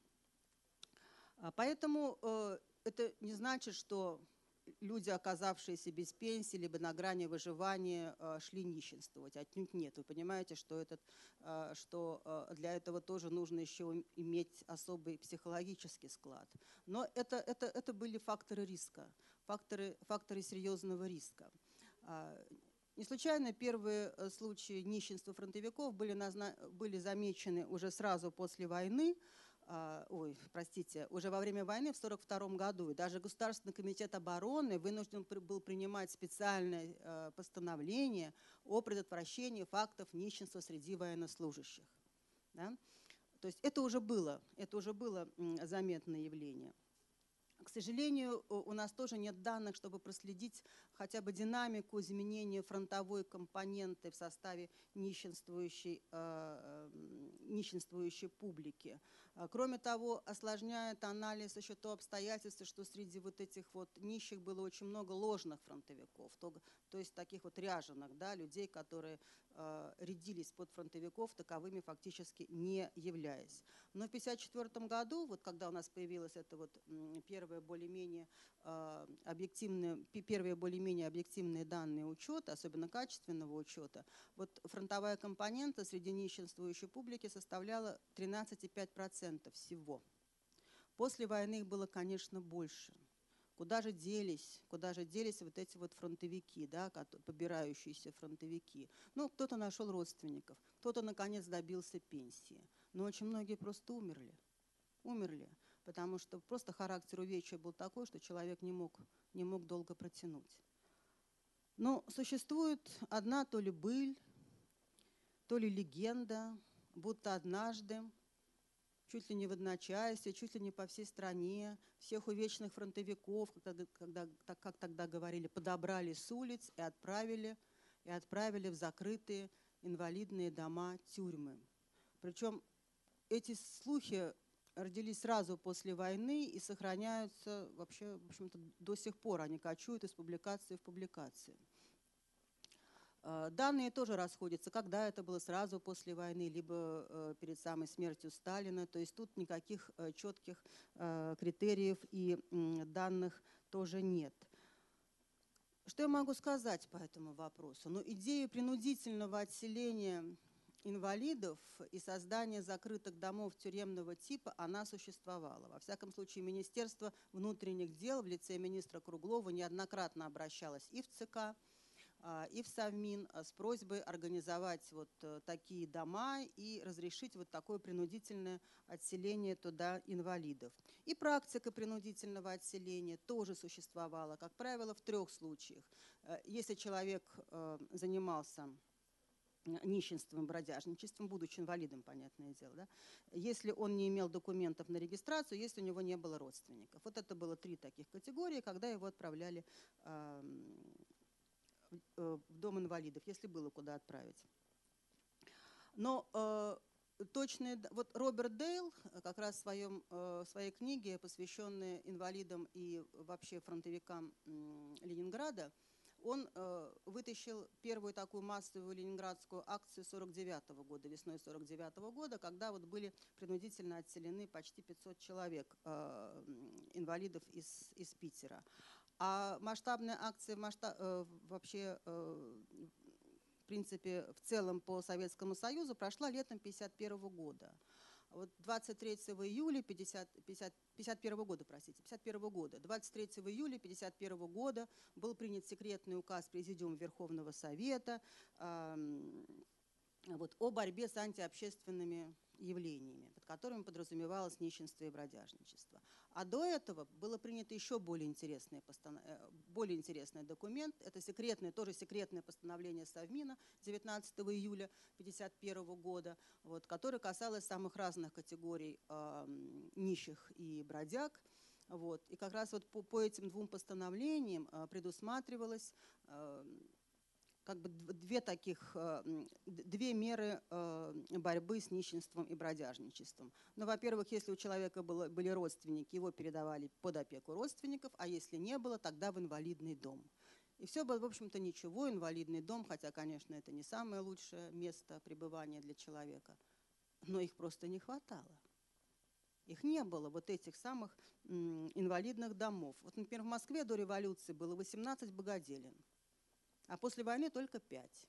Поэтому э, это не значит, что люди, оказавшиеся без пенсии, либо на грани выживания, шли нищенствовать. Отнюдь нет. Вы понимаете, что, этот, что для этого тоже нужно еще иметь особый психологический склад. Но это, это, это были факторы риска, факторы, факторы серьезного риска. Не случайно первые случаи нищенства фронтовиков были, назна... были замечены уже сразу после войны, ой, простите, уже во время войны в сорок втором году. И даже Государственный комитет обороны вынужден был принимать специальное постановление о предотвращении фактов нищенства среди военнослужащих. Да? То есть это уже было, это уже было заметное явление. К сожалению, у нас тоже нет данных, чтобы проследить хотя бы динамику изменения фронтовой компоненты в составе нищенствующей, э, нищенствующей публики. Кроме того, осложняет анализ еще то обстоятельство, что среди вот этих вот нищих было очень много ложных фронтовиков, то, то есть таких вот ряженых, да, людей, которые э, рядились под фронтовиков, таковыми фактически не являясь. Но в тысяча девятьсот пятьдесят четвёртом году, вот когда у нас появилась эта вот первая более-менее э, объективные, первые более-менее объективные данные учета, особенно качественного учета, вот фронтовая компонента среди нищенствующей публики составляла тринадцать и пять десятых процента всего. После войны их было, конечно, больше. Куда же делись, куда же делись вот эти вот фронтовики, да, побирающиеся фронтовики? Ну, кто-то нашел родственников, кто-то, наконец, добился пенсии. Но очень многие просто умерли. Умерли, потому что просто характер увечья был такой, что человек не мог, не мог долго протянуть. Но существует одна то ли быль, то ли легенда, будто однажды, чуть ли не в одночасье, чуть ли не по всей стране, всех увечных фронтовиков, когда, когда, как тогда говорили, подобрали с улиц и отправили, и отправили в закрытые инвалидные дома, тюрьмы. Причем эти слухи родились сразу после войны и сохраняются вообще, в общем-то, до сих пор. Они кочуют из публикации в публикацию. Данные тоже расходятся, когда это было сразу после войны, либо перед самой смертью Сталина. То есть тут никаких четких критериев и данных тоже нет. Что я могу сказать по этому вопросу? Ну, идея принудительного отселения инвалидов и создания закрытых домов тюремного типа, она существовала. Во всяком случае, Министерство внутренних дел в лице министра Круглова неоднократно обращалось и в ЦК, и в Совмин с просьбой организовать вот такие дома и разрешить вот такое принудительное отселение туда инвалидов. И практика принудительного отселения тоже существовала, как правило, в трех случаях. Если человек занимался нищенством, бродяжничеством, будучи инвалидом, понятное дело, да? Если он не имел документов на регистрацию, если у него не было родственников. Вот это было три таких категории, когда его отправляли э, в дом инвалидов, если было куда отправить. Но э, точные, вот Роберт Дейл как раз в, своем, э, в своей книге, посвященной инвалидам и вообще фронтовикам э, Ленинграда, он э, вытащил первую такую массовую ленинградскую акцию сорок девятого года, весной сорок девятого года, когда вот были принудительно отселены почти пятьсот человек, э, инвалидов из, из Питера. А масштабная акция масштаб, э, вообще, э, в принципе, в целом по Советскому Союзу прошла летом пятьдесят первого года. Вот двадцать третьего июля пятьдесят, пятьдесят, пятьдесят первого года, простите, пятьдесят первого года, двадцать третьего июля пятьдесят первого года был принят секретный указ Президиума Верховного Совета э, вот, о борьбе с антиобщественными явлениями, под которыми подразумевалось нищенство и бродяжничество. А до этого было принято еще более интересный, постанов... более интересный документ. Это секретное, тоже секретное постановление Совмина девятнадцатого июля пятьдесят первого года, вот, которое касалось самых разных категорий э, нищих и бродяг. Вот. И как раз вот по, по этим двум постановлениям э, предусматривалось э, как бы две таких, две меры борьбы с нищенством и бродяжничеством. Ну, во-первых, если у человека было, были родственники, его передавали под опеку родственников, а если не было, тогда в инвалидный дом. И все было, в общем-то, ничего, инвалидный дом, хотя, конечно, это не самое лучшее место пребывания для человека, но их просто не хватало. Их не было, вот этих самых инвалидных домов. Вот, например, в Москве до революции было восемнадцать богоделин. А после войны только пять.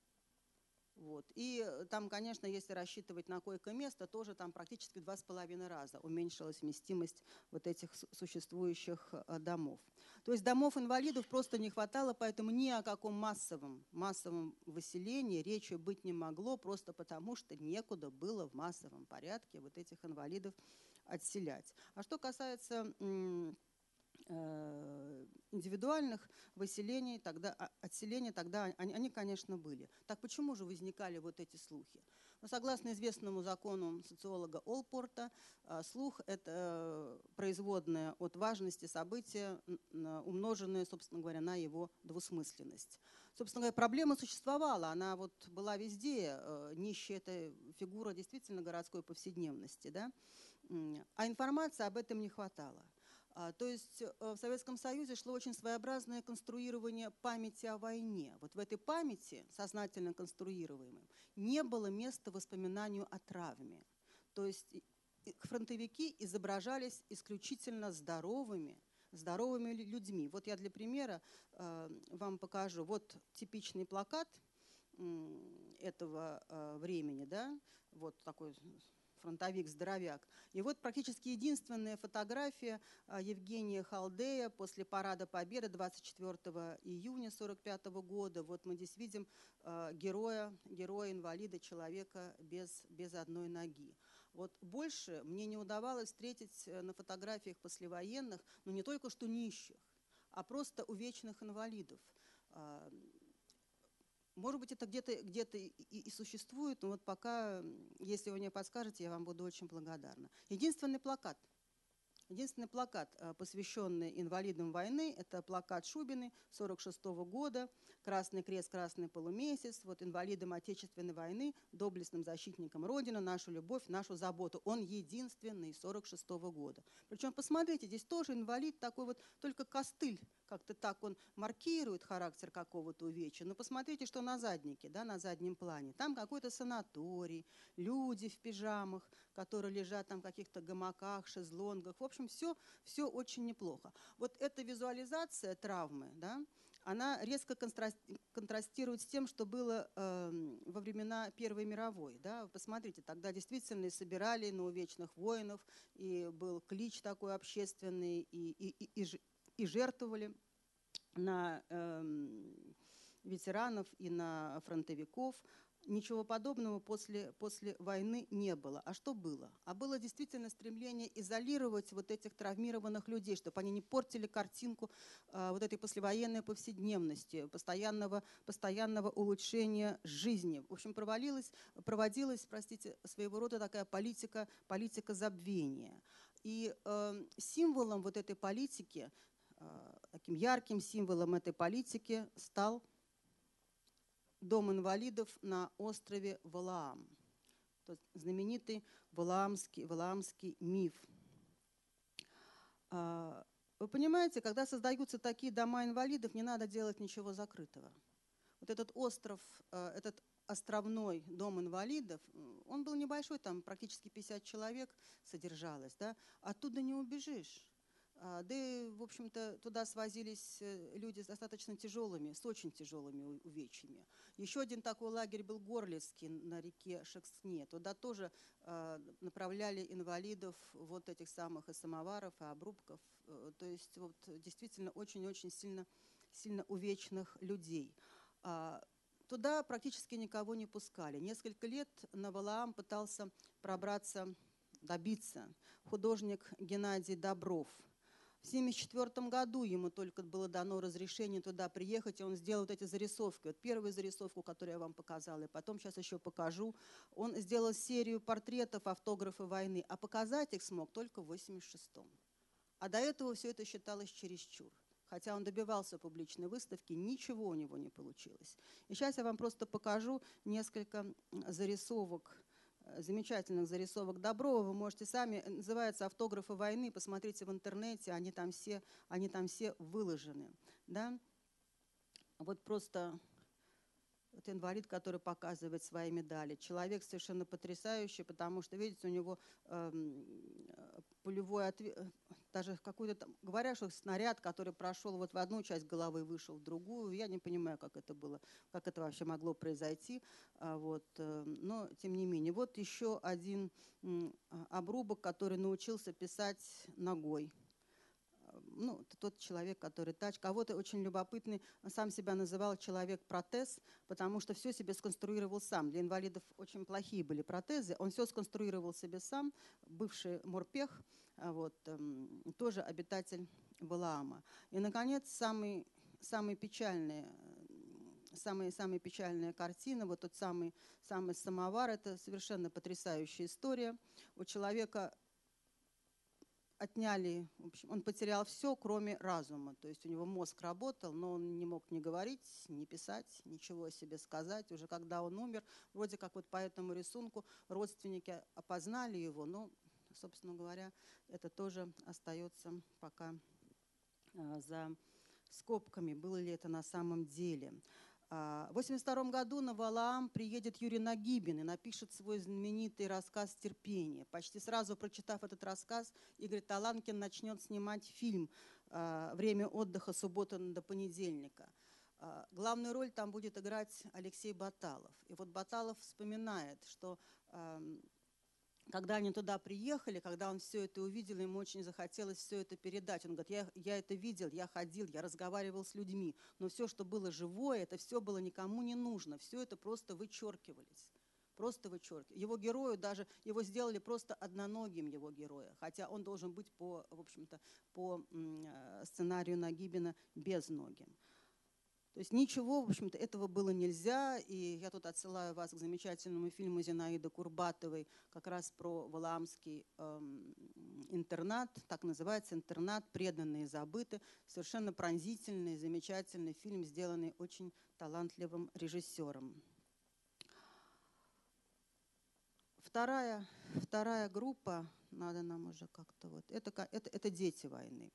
Вот. И там, конечно, если рассчитывать на койко-место, тоже там практически два с половиной раза уменьшилась вместимость вот этих существующих домов. То есть домов инвалидов просто не хватало, поэтому ни о каком массовом, массовом выселении речи быть не могло, просто потому что некуда было в массовом порядке вот этих инвалидов отселять. А что касается индивидуальных выселений, тогда, отселений, тогда они, они, конечно, были. Так почему же возникали вот эти слухи? Ну, согласно известному закону социолога Олпорта, слух – это производное от важности события, умноженное, собственно говоря, на его двусмысленность. Собственно говоря, проблема существовала, она вот была везде. Нищая – это фигура действительно городской повседневности, да? А информации об этом не хватало. То есть в Советском Союзе шло очень своеобразное конструирование памяти о войне. Вот в этой памяти, сознательно конструируемой, не было места воспоминанию о травме. То есть фронтовики изображались исключительно здоровыми, здоровыми людьми. Вот я для примера вам покажу. Вот типичный плакат этого времени, да, вот такой фронтовик-здоровяк. И вот практически единственная фотография Евгения Халдея после Парада Победы двадцать четвёртого июня сорок пятого года. Вот мы здесь видим героя, героя-инвалида, человека без, без одной ноги. Вот больше мне не удавалось встретить на фотографиях послевоенных, ну не только что нищих, а просто увечных инвалидов. Может быть, это где-то где-то и, и существует, но вот пока, если вы мне подскажете, я вам буду очень благодарна. Единственный плакат, единственный плакат, посвященный инвалидам войны, это плакат Шубиной сорок шестого года, «Красный крест, красный полумесяц», вот инвалидам Отечественной войны, доблестным защитникам Родины, нашу любовь, нашу заботу. Он единственный, сорок шестого года. Причем, посмотрите, здесь тоже инвалид такой вот, только костыль. Как-то так он маркирует характер какого-то увечья. Но посмотрите, что на заднике, да, на заднем плане. Там какой-то санаторий, люди в пижамах, которые лежат там в каких-то гамаках, шезлонгах. В общем, все, все очень неплохо. Вот эта визуализация травмы, да, она резко контрастирует с тем, что было э, во времена Первой мировой. Да. Посмотрите, тогда действительно собирали на увечных воинов, и был клич такой общественный, и, и, и, и и жертвовали на, э, ветеранов, и на фронтовиков. Ничего подобного после, после войны не было. А что было? А было действительно стремление изолировать вот этих травмированных людей, чтобы они не портили картинку а, вот этой послевоенной повседневности, постоянного, постоянного улучшения жизни. В общем, провалилась, проводилась, простите, своего рода такая политика, политика забвения. И э, символом вот этой политики, э, таким ярким символом этой политики стал Дом инвалидов на острове Валаам. Тот знаменитый валаамский, валаамский миф. Вы понимаете, когда создаются такие дома инвалидов, не надо делать ничего закрытого. Вот этот остров, этот островной дом инвалидов, он был небольшой, там практически пятьдесят человек содержалось, да? Оттуда не убежишь. Да и, в общем-то, туда свозились люди с достаточно тяжелыми, с очень тяжелыми увечьями. Еще один такой лагерь был Горлицкий на реке Шексне. Туда тоже э, направляли инвалидов вот этих самых и самоваров, и обрубков. То есть вот, действительно очень-очень сильно, сильно увечных людей. А, туда практически никого не пускали. Несколько лет на Валаам пытался пробраться, добиться художник Геннадий Добров. В тысяча девятьсот семьдесят четвёртом году ему только было дано разрешение туда приехать, и он сделал вот эти зарисовки. Вот первую зарисовку, которую я вам показала, и потом сейчас еще покажу. Он сделал серию портретов, автографы войны, а показать их смог только в восемьдесят шестом. А до этого все это считалось чересчур. Хотя он добивался публичной выставки, ничего у него не получилось. И сейчас я вам просто покажу несколько зарисовок, замечательных зарисовок Доброва. Вы можете сами, называется «Автографы войны», посмотрите в интернете, они там все, они там все выложены. Да? Вот просто вот инвалид, который показывает свои медали. Человек совершенно потрясающий, потому что, видите, у него э, пулевой ответ, даже какой-то там, говорят, что снаряд, который прошел вот в одну часть головы, вышел в другую. Я не понимаю, как это было, как это вообще могло произойти. Вот. Но, тем не менее, вот еще один обрубок, который научился писать ногой. Ну, тот человек, который тач. Кого-то очень любопытный, сам себя называл человек-протез, потому что все себе сконструировал сам. Для инвалидов очень плохие были протезы. Он все сконструировал себе сам, бывший морпех, вот, тоже обитатель Валаама. И, наконец, самый, самый печальный, самая, самая печальная картина, вот тот самый, самый самовар, это совершенно потрясающая история. У человека отняли, в общем, он потерял все, кроме разума. То есть у него мозг работал, но он не мог ни говорить, ни писать, ничего о себе сказать. Уже когда он умер, вроде как вот по этому рисунку родственники опознали его, но, собственно говоря, это тоже остается пока за скобками, было ли это на самом деле. В восемьдесят втором году на Валаам приедет Юрий Нагибин и напишет свой знаменитый рассказ «Терпение». Почти сразу прочитав этот рассказ, Игорь Таланкин начнет снимать фильм «Время отдыха. Суббота до понедельника». Главную роль там будет играть Алексей Баталов. И вот Баталов вспоминает, что когда они туда приехали, когда он все это увидел, ему очень захотелось все это передать. Он говорит, я, я это видел, я ходил, я разговаривал с людьми, но все, что было живое, это все было никому не нужно, все это просто вычеркивались. Просто вычеркивали. Его герою даже, его сделали просто одноногим, его героя, хотя он должен быть по, в общем-то, по сценарию Нагибина безногим. То есть ничего, в общем-то, этого было нельзя. И я тут отсылаю вас к замечательному фильму Зинаиды Курбатовой как раз про валаамский эм, интернат. Так называется «Интернат. Преданные и забыты». Совершенно пронзительный, замечательный фильм, сделанный очень талантливым режиссером. Вторая, вторая группа, надо нам уже как-то вот, это, это, это дети войны.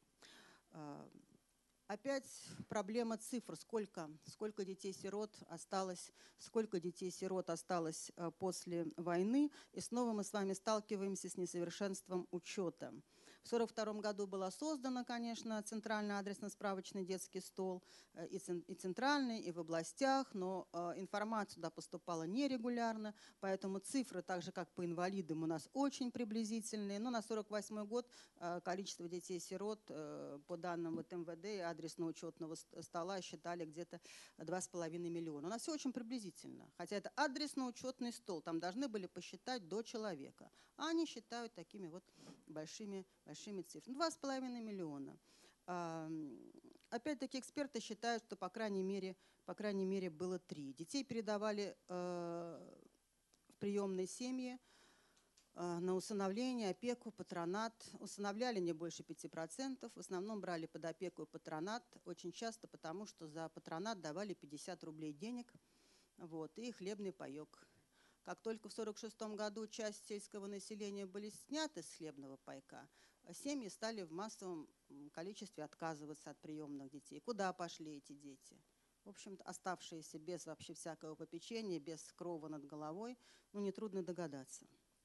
Опять проблема цифр, сколько, сколько детей-сирот осталось, сколько детей-сирот осталось после войны. И снова мы с вами сталкиваемся с несовершенством учета. В сорок втором году была создана, конечно, центральный адресно-справочный детский стол, и центральный, и в областях, но информация туда поступала нерегулярно, поэтому цифры, так же как по инвалидам, у нас очень приблизительные. Но на сорок восьмой год количество детей-сирот, по данным вот эм вэ дэ и адресно-учетного стола, считали где-то два с половиной миллиона. У нас все очень приблизительно, хотя это адресно-учетный стол, там должны были посчитать до человека, а они считают такими вот большими, большими цифрами. Два с половиной миллиона. Опять-таки эксперты считают, что по крайней мере, по крайней мере было три. Детей передавали э, в приемные семьи э, на усыновление, опеку, патронат. Усыновляли не больше пяти процентов. В основном брали под опеку и патронат. Очень часто потому, что за патронат давали пятьдесят рублей денег, вот, и хлебный паек. Как только в сорок шестом году часть сельского населения были сняты с хлебного пайка, семьи стали в массовом количестве отказываться от приемных детей. Куда пошли эти дети? В общем-то, оставшиеся без вообще всякого попечения, без крова над головой, ну, нетрудно догадаться.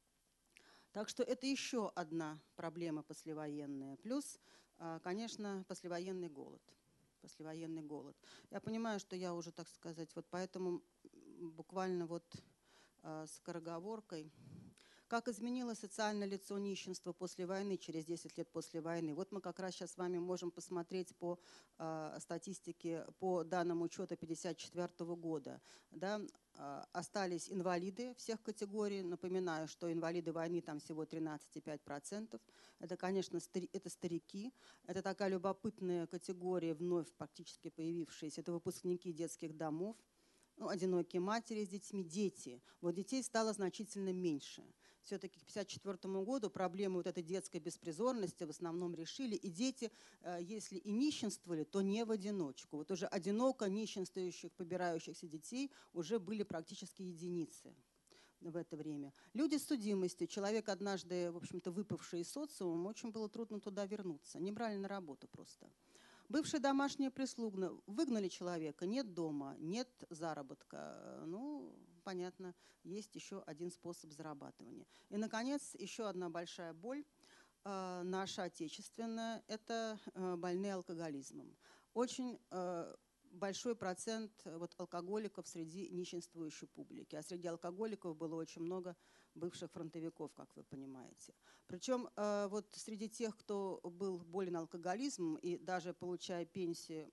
Так что это еще одна проблема послевоенная. Плюс, конечно, послевоенный голод. Послевоенный голод. Я понимаю, что я уже, так сказать, вот поэтому буквально вот скороговоркой. Как изменилось социальное лицо нищенства после войны, через десять лет после войны? Вот мы как раз сейчас с вами можем посмотреть по э, статистике, по данным учета пятьдесят четвёртого года. Да, э, остались инвалиды всех категорий. Напоминаю, что инвалиды войны там всего тринадцать и пять десятых процента. Это, конечно, стари, это старики. Это такая любопытная категория, вновь практически появившаяся. Это выпускники детских домов. Ну, одинокие матери с детьми, дети. Вот детей стало значительно меньше. Все-таки к пятьдесят четвёртому году проблему вот этой детской беспризорности в основном решили. И дети, если и нищенствовали, то не в одиночку. Вот уже одиноко нищенствующих, побирающихся детей уже были практически единицы в это время. Люди с судимостью. Человек, однажды, в общем-то, выпавший из социума, очень было трудно туда вернуться. Не брали на работу просто. Бывшая домашняя прислуга. Выгнали человека, нет дома, нет заработка. Ну, понятно, есть еще один способ зарабатывания. И, наконец, еще одна большая боль э, наша отечественная – это э, больные алкоголизмом. Очень э, большой процент вот, алкоголиков среди нищенствующей публики. А среди алкоголиков было очень много бывших фронтовиков, как вы понимаете. Причем э, вот среди тех, кто был болен алкоголизмом и даже получая пенсию,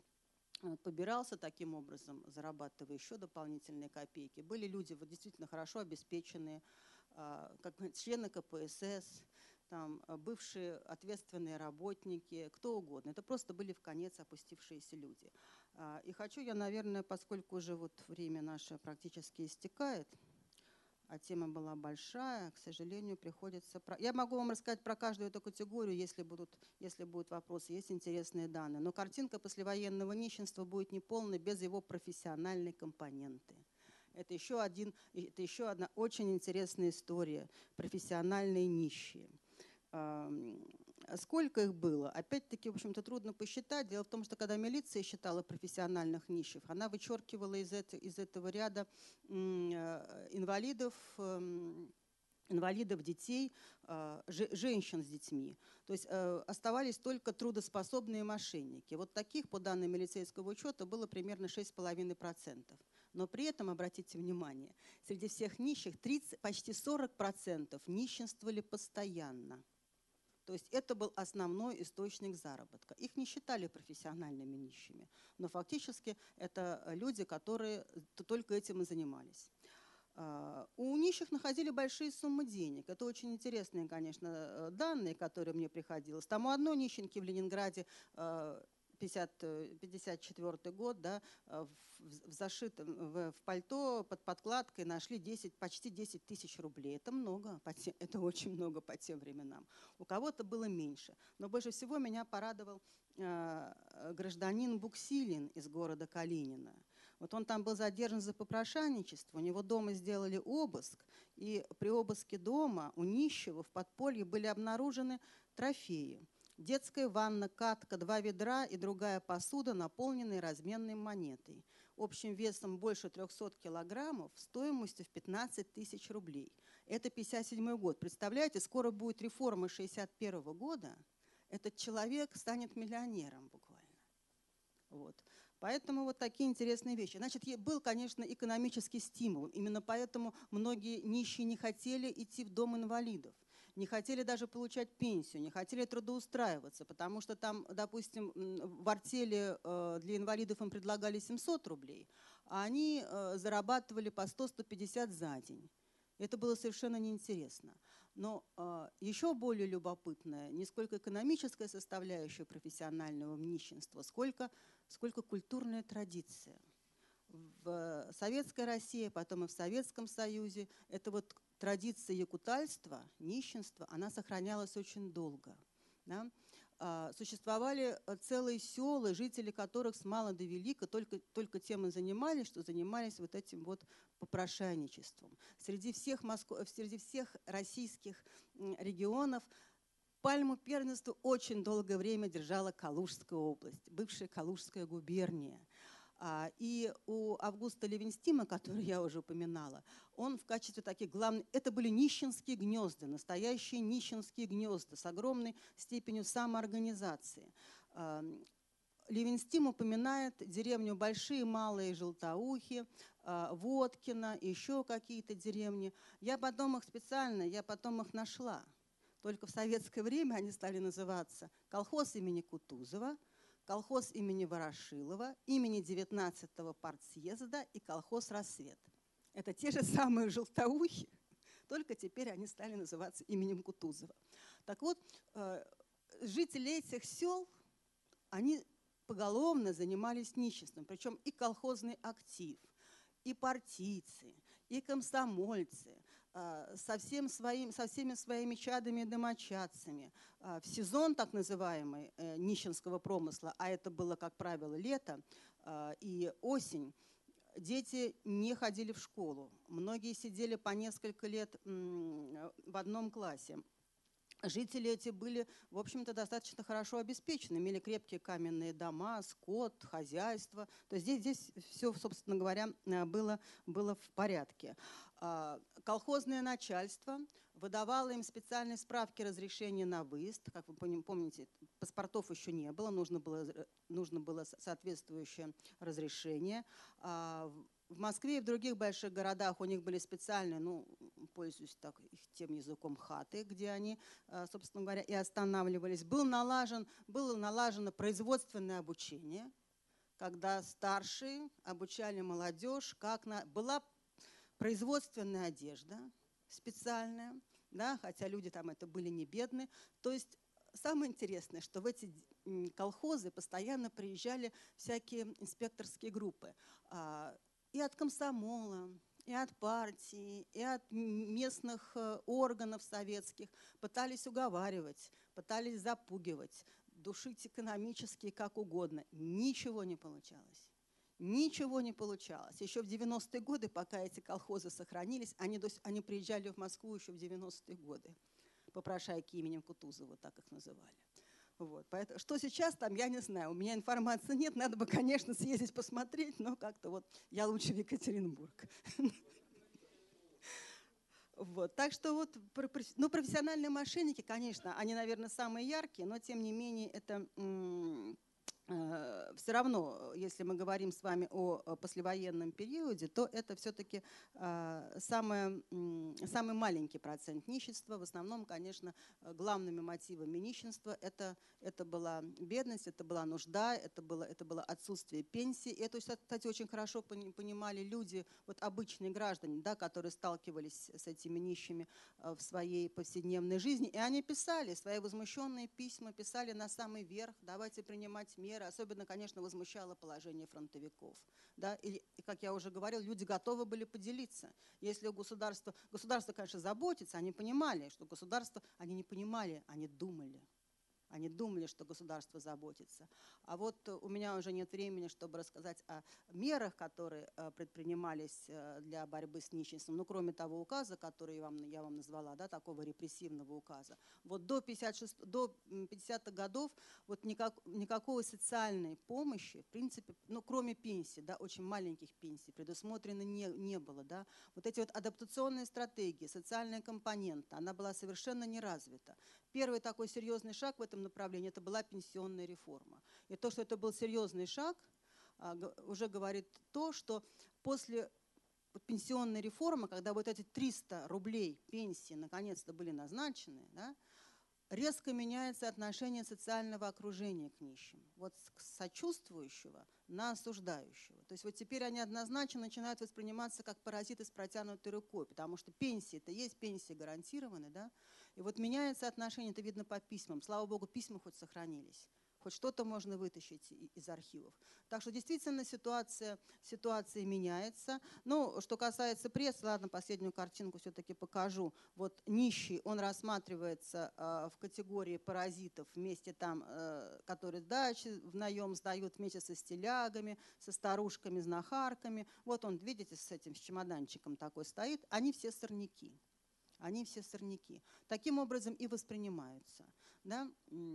э, побирался таким образом, зарабатывая еще дополнительные копейки, были люди вот, действительно хорошо обеспеченные, э, как члены ка пэ эс эс, там, бывшие ответственные работники, кто угодно. Это просто были в конец опустившиеся люди. Э, и хочу я, наверное, поскольку уже вот время наше практически истекает, а тема была большая, к сожалению, приходится... Про... Я могу вам рассказать про каждую эту категорию, если будут, если будут вопросы, есть интересные данные. Но картинка послевоенного нищенства будет неполной без его профессиональной компоненты. Это еще, один, это еще одна очень интересная история. Профессиональные нищие. Сколько их было? Опять-таки, в общем-то, трудно посчитать. Дело в том, что когда милиция считала профессиональных нищих, она вычеркивала из, это, из этого ряда инвалидов, инвалидов, детей, женщин с детьми. То есть оставались только трудоспособные мошенники. Вот таких, по данным милицейского учета, было примерно шесть с половиной процентов. Но при этом, обратите внимание, среди всех нищих тридцать, почти сорок процентов нищенствовали постоянно. То есть это был основной источник заработка. Их не считали профессиональными нищими, но фактически это люди, которые только этим и занимались. У нищих находили большие суммы денег. Это очень интересные, конечно, данные, которые мне приходилось. Там у одной нищенки в Ленинграде пятьдесят четвёртый год, да, в, в зашитом в, в пальто под подкладкой нашли десять, почти десять тысяч рублей. Это много, это очень много по тем временам. У кого-то было меньше. Но больше всего меня порадовал э, гражданин Буксилин из города Калинина. Вот он там был задержан за попрошайничество, у него дома сделали обыск, и при обыске дома у нищего в подполье были обнаружены трофеи. Детская ванна, катка, два ведра и другая посуда, наполненные разменной монетой. общим весом больше трёхсот килограммов стоимостью в пятнадцать тысяч рублей. Это пятьдесят седьмой год. Представляете, скоро будет реформа шестьдесят первого года. Этот человек станет миллионером буквально. Вот. Поэтому вот такие интересные вещи. Значит, был, конечно, экономический стимул. Именно поэтому многие нищие не хотели идти в дом инвалидов, не хотели даже получать пенсию, не хотели трудоустраиваться, потому что там, допустим, в артели для инвалидов им предлагали семьсот рублей, а они зарабатывали по сто — сто пятьдесят за день. Это было совершенно неинтересно. Но э, еще более любопытная не сколько экономическая составляющая профессионального нищенства, сколько, сколько культурная традиция. В советской России, потом и в Советском Союзе, эта вот традиция якутальства, нищенства, она сохранялась очень долго. Да? Существовали целые села, жители которых с мала до велика только, только тем и занимались, что занимались вот этим вот попрошайничеством. Среди всех, Москв... Среди всех российских регионов пальму первенства очень долгое время держала Калужская область, бывшая Калужская губерния. И у Августа Левенстима, который я уже упоминала, он в качестве таких главных... Это были нищенские гнезда, настоящие нищенские гнезда с огромной степенью самоорганизации. Левенстим упоминает деревню Большие, Малые, Желтоухи, Водкино, еще какие-то деревни. Я потом их специально, я потом их нашла. Только в советское время они стали называться колхоз имени Кутузова, колхоз имени Ворошилова, имени девятнадцатого партсъезда и колхоз «Рассвет». Это те же самые желтоухи, только теперь они стали называться именем Кутузова. Так вот, жители этих сел, они поголовно занимались нищенством, причем и колхозный актив, и партийцы, и комсомольцы, со, всем своим, со всеми своими чадами и домочадцами. В сезон так называемый нищенского промысла, а это было, как правило, лето и осень, дети не ходили в школу. Многие сидели по несколько лет в одном классе. Жители эти были, в общем-то, достаточно хорошо обеспечены, имели крепкие каменные дома, скот, хозяйство. То есть здесь, здесь все, собственно говоря, было, было в порядке. Колхозное начальство выдавало им специальные справки разрешения на выезд. Как вы помните, паспортов еще не было, нужно было, нужно было соответствующее разрешение. В Москве и в других больших городах у них были специальные, ну, пользуюсь так, их тем языком, хаты, где они, собственно говоря, и останавливались. Был налажен, было налажено производственное обучение, когда старшие обучали молодежь, как на... Была производственная одежда специальная, да, хотя люди там это были не бедные. То есть самое интересное, что в эти колхозы постоянно приезжали всякие инспекторские группы. И от комсомола, и от партии, и от местных органов советских пытались уговаривать, пытались запугивать, душить экономически как угодно. Ничего не получалось. Ничего не получалось. Еще в девяностые годы, пока эти колхозы сохранились, они, они приезжали в Москву еще в девяностые годы. Попрошайки именем Кутузова, так их называли. Вот. Поэтому, что сейчас там, я не знаю. У меня информации нет. Надо бы, конечно, съездить посмотреть, но как-то вот я лучше в Екатеринбург. Вот. Так что вот, ну, профессиональные мошенники, конечно, они, наверное, самые яркие, но тем не менее это... Все равно, если мы говорим с вами о послевоенном периоде, то это все-таки самый, самый маленький процент нищенства. В основном, конечно, главными мотивами нищенства это, это была бедность, это была нужда, это было, это было отсутствие пенсии. И это, кстати, очень хорошо понимали люди, вот обычные граждане, да, которые сталкивались с этими нищими в своей повседневной жизни. И они писали свои возмущенные письма, писали на самый верх: давайте принимать меры. Особенно, конечно, возмущало положение фронтовиков. Да? И, и, как я уже говорил, люди готовы были поделиться. Если у государства, государство, конечно, заботится, они понимали, что государство, они не понимали, они думали. Они думали, что государство заботится. А вот у меня уже нет времени, чтобы рассказать о мерах, которые предпринимались для борьбы с нищенством. Ну, кроме того указа, который я вам, я вам назвала, да, такого репрессивного указа. Вот до пятидесятых годов вот никак, никакой социальной помощи, в принципе, ну, кроме пенсии, да, очень маленьких пенсий, предусмотрено не, не было. Да. Вот эти вот адаптационные стратегии, социальная компонента, она была совершенно не развита. Первый такой серьезный шаг в этом направлении – это была пенсионная реформа. И то, что это был серьезный шаг, уже говорит то, что после пенсионной реформы, когда вот эти триста рублей пенсии наконец-то были назначены, да, резко меняется отношение социального окружения к нищим. Вот с сочувствующего на осуждающего. То есть вот теперь они однозначно начинают восприниматься как паразиты с протянутой рукой, потому что пенсии-то есть, пенсии гарантированы, да? И вот меняется отношение, это видно по письмам. Слава богу, письма хоть сохранились. Хоть что-то можно вытащить из архивов. Так что действительно ситуация, ситуация меняется. Ну, что касается прессы, ладно, последнюю картинку все-таки покажу. Вот нищий, он рассматривается э, в категории паразитов вместе там, э, которые дачи в наем сдают вместе со стилягами, со старушками, знахарками. Вот он, видите, с этим с чемоданчиком такой стоит. Они все сорняки. Они все сорняки. Таким образом и воспринимаются. Да?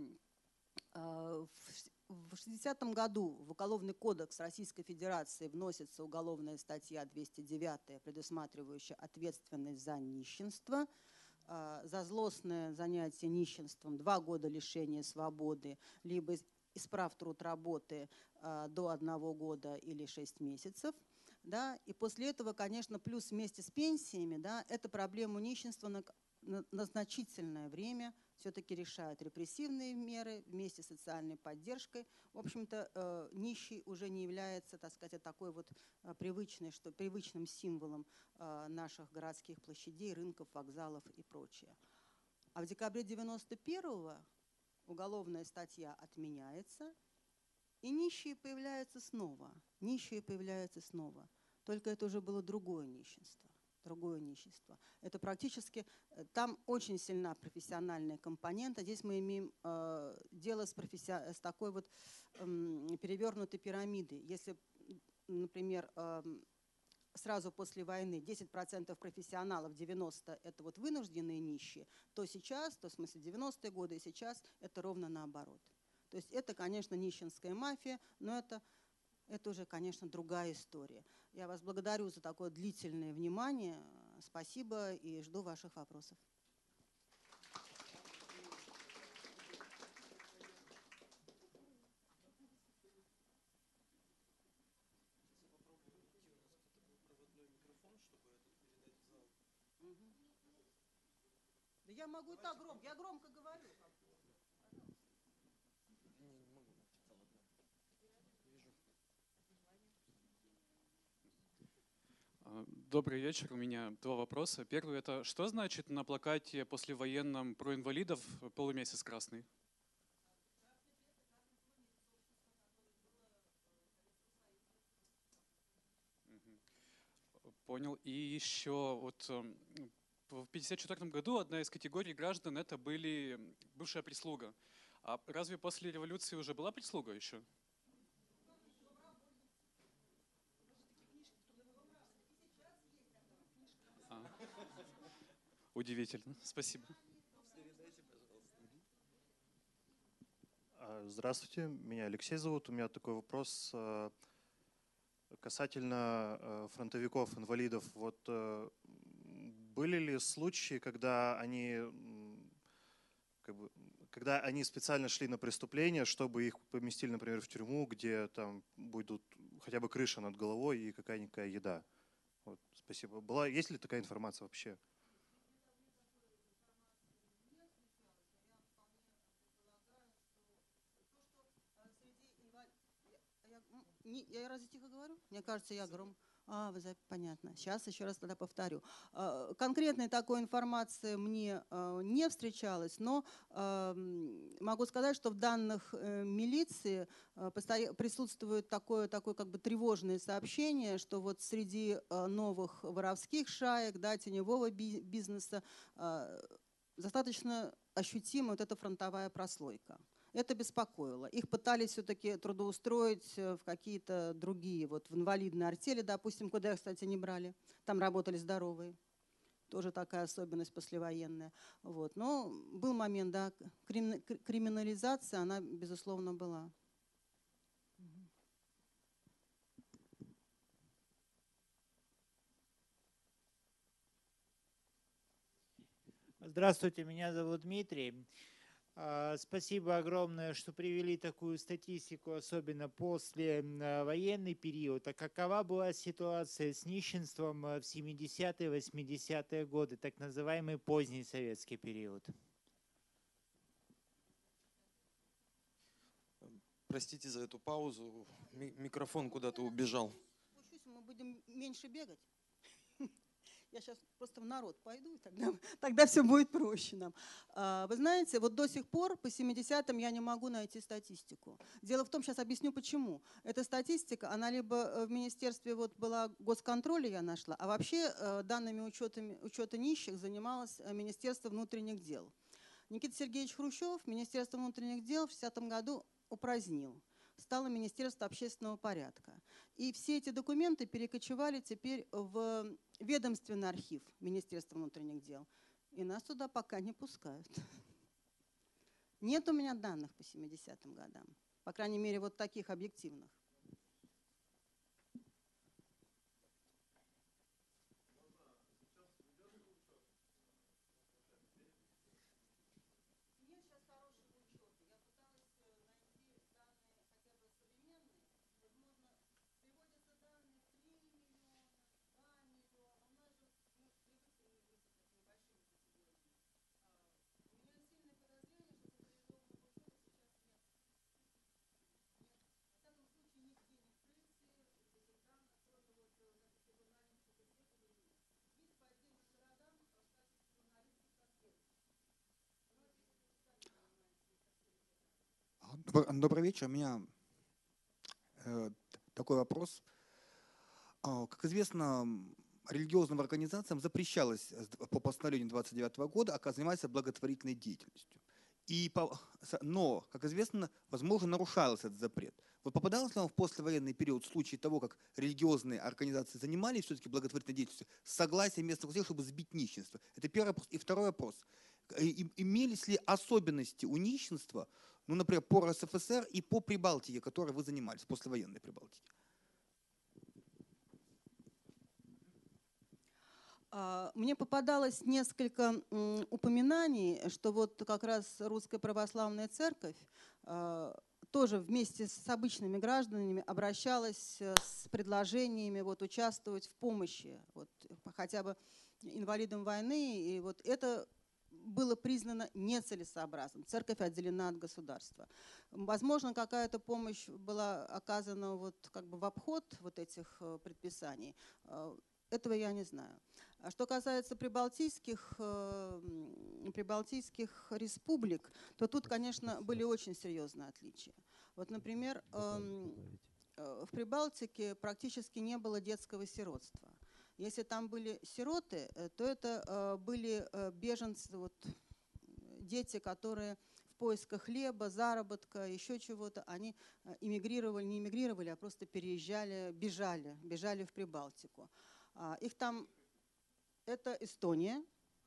В шестидесятом году в Уголовный кодекс Российской Федерации вносится уголовная статья двести девять, предусматривающая ответственность за нищенство, за злостное занятие нищенством два года лишения свободы, либо исправ труд работы до одного года или шесть месяцев. Да? И после этого, конечно, плюс вместе с пенсиями, да, эту проблему нищенства на, на, на значительное время все-таки решают репрессивные меры вместе с социальной поддержкой. В общем-то, э, нищий уже не является, так сказать, такой вот э, привычной, что, привычным символом э, наших городских площадей, рынков, вокзалов и прочее. А в декабре девяносто первого уголовная статья отменяется, и нищие появляются снова. Нищие появляются снова. Только это уже было другое нищенство. Другое нищенство. Это практически, там очень сильна профессиональная компонента. Здесь мы имеем э, дело с, професси... с такой вот э, перевернутой пирамидой. Если, например, э, сразу после войны десять процентов профессионалов, девяносто процентов это вот вынужденные нищие, то сейчас, то в смысле девяностые годы и сейчас это ровно наоборот. То есть это, конечно, нищенская мафия, но это, это уже, конечно, другая история. Я вас благодарю за такое длительное внимание. Спасибо и жду ваших вопросов. Да я могу и так громко, я громко говорю. Добрый вечер. У меня два вопроса. Первый – это что значит на плакате послевоенном про инвалидов полумесяц красный? Понял. И еще вот в пятьдесят четвёртом году одна из категорий граждан – это были бывшая прислуга. А разве после революции уже была прислуга еще? А. Удивительно. Спасибо. Здравствуйте, меня Алексей зовут. У меня такой вопрос касательно фронтовиков, инвалидов. Вот были ли случаи, когда они, как бы, когда они специально шли на преступление, чтобы их поместили, например, в тюрьму, где там будет хотя бы крыша над головой и какая-никакая еда? Вот, спасибо. Была, есть ли такая информация вообще? Я разве тихо говорю? Мне кажется, я громко. А, вы, понятно. Сейчас еще раз тогда повторю. Конкретной такой информации мне не встречалось, но могу сказать, что в данных милиции присутствует такое, такое как бы тревожное сообщение, что вот среди новых воровских шаек, да, теневого бизнеса достаточно ощутима вот эта фронтовая прослойка. Это беспокоило. Их пытались все-таки трудоустроить в какие-то другие, вот в инвалидные артели, допустим, куда их, кстати, не брали. Там работали здоровые. Тоже такая особенность послевоенная. Вот. Но был момент, да, криминализация, она, безусловно, была. Здравствуйте, меня зовут Дмитрий. Спасибо огромное, что привели такую статистику, особенно после военный период. А какова была ситуация с нищенством в семидесятые, восьмидесятые годы, так называемый поздний советский период? Простите за эту паузу, микрофон куда-то убежал. Мы будем меньше бегать. Я сейчас просто в народ пойду, и тогда, тогда все будет проще нам. Вы знаете, вот до сих пор по семидесятым я не могу найти статистику. Дело в том, сейчас объясню почему. Эта статистика, она либо в Министерстве вот была госконтроля, я нашла, а вообще данными учета, учета нищих занималось Министерство внутренних дел. Никита Сергеевич Хрущев Министерство внутренних дел в шестидесятом году упразднил. Стало Министерство общественного порядка. И все эти документы перекочевали теперь в ведомственный архив Министерства внутренних дел. И нас туда пока не пускают. Нет у меня данных по семидесятым годам. По крайней мере, вот таких объективных. Добрый вечер. У меня э, такой вопрос. Как известно, религиозным организациям запрещалось по постановлению двадцать девятого года заниматься благотворительной деятельностью. И по, но, как известно, возможно, нарушался этот запрет. Вот попадалось ли вам в послевоенный период случаи того, как религиозные организации занимались все-таки благотворительной деятельностью с согласия местных властей, чтобы сбить нищенство? Это первый вопрос. И второй вопрос. И, имелись ли особенности у нищенства, ну, например, по эр эс эф эс эр и по Прибалтике, которой вы занимались, послевоенной Прибалтике? Мне попадалось несколько упоминаний, что вот как раз Русская Православная Церковь тоже вместе с обычными гражданами обращалась с предложениями вот участвовать в помощи вот, хотя бы инвалидам войны. И вот это было признано нецелесообразным. Церковь отделена от государства. Возможно, какая-то помощь была оказана вот как бы в обход вот этих предписаний. Этого я не знаю. А что касается прибалтийских, прибалтийских республик, то тут, конечно, были очень серьезные отличия. Вот, например, в Прибалтике практически не было детского сиротства. Если там были сироты, то это были беженцы, вот, дети, которые в поисках хлеба, заработка, еще чего-то, они эмигрировали, не эмигрировали, а просто переезжали, бежали, бежали в Прибалтику. Их там, это Эстония.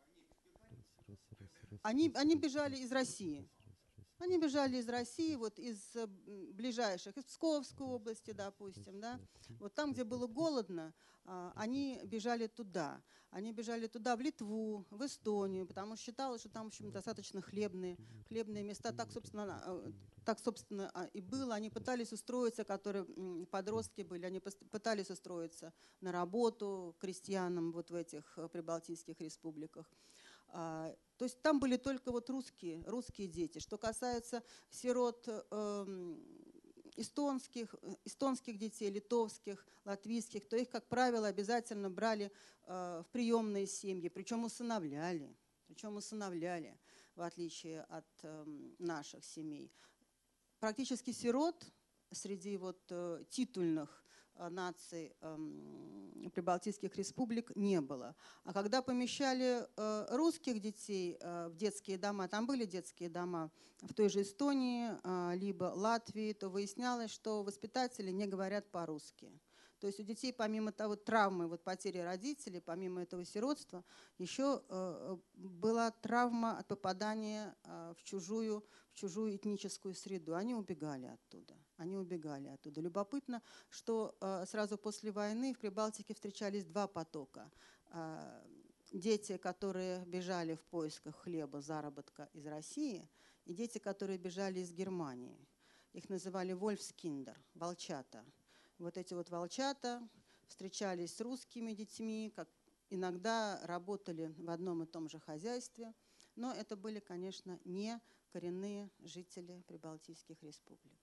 Они, они бежали из России. Они бежали из России, вот из ближайших, из Псковской области, допустим, да. Вот там, где было голодно, они бежали туда. Они бежали туда, в Литву, в Эстонию, потому что считалось, что там, в общем, достаточно хлебные, хлебные места. Так, собственно, так, собственно, и было. Они пытались устроиться, которые подростки были, они пытались устроиться на работу крестьянам вот в этих прибалтийских республиках. То есть там были только вот русские, русские дети. Что касается сирот э, эстонских, эстонских детей, литовских, латвийских, то их, как правило, обязательно брали э, в приемные семьи, причем усыновляли, причем усыновляли, в отличие от э, наших семей. Практически сирот среди вот, э, титульных э, наций э, прибалтийских республик не было. А когда помещали э, русских детей э, в детские дома, там были детские дома в той же Эстонии, э, либо Латвии, то выяснялось, что воспитатели не говорят по-русски. То есть у детей помимо того травмы, вот потери родителей, помимо этого сиротства, еще э, была травма от попадания э, в, чужую, в чужую этническую среду. Они убегали оттуда. Они убегали оттуда. Любопытно, что э, сразу после войны в Прибалтике встречались два потока. Э, дети, которые бежали в поисках хлеба, заработка из России, и дети, которые бежали из Германии. Их называли «вольфскиндер», волчата. Вот эти вот волчата встречались с русскими детьми, как иногда работали в одном и том же хозяйстве, но это были, конечно, не коренные жители прибалтийских республик.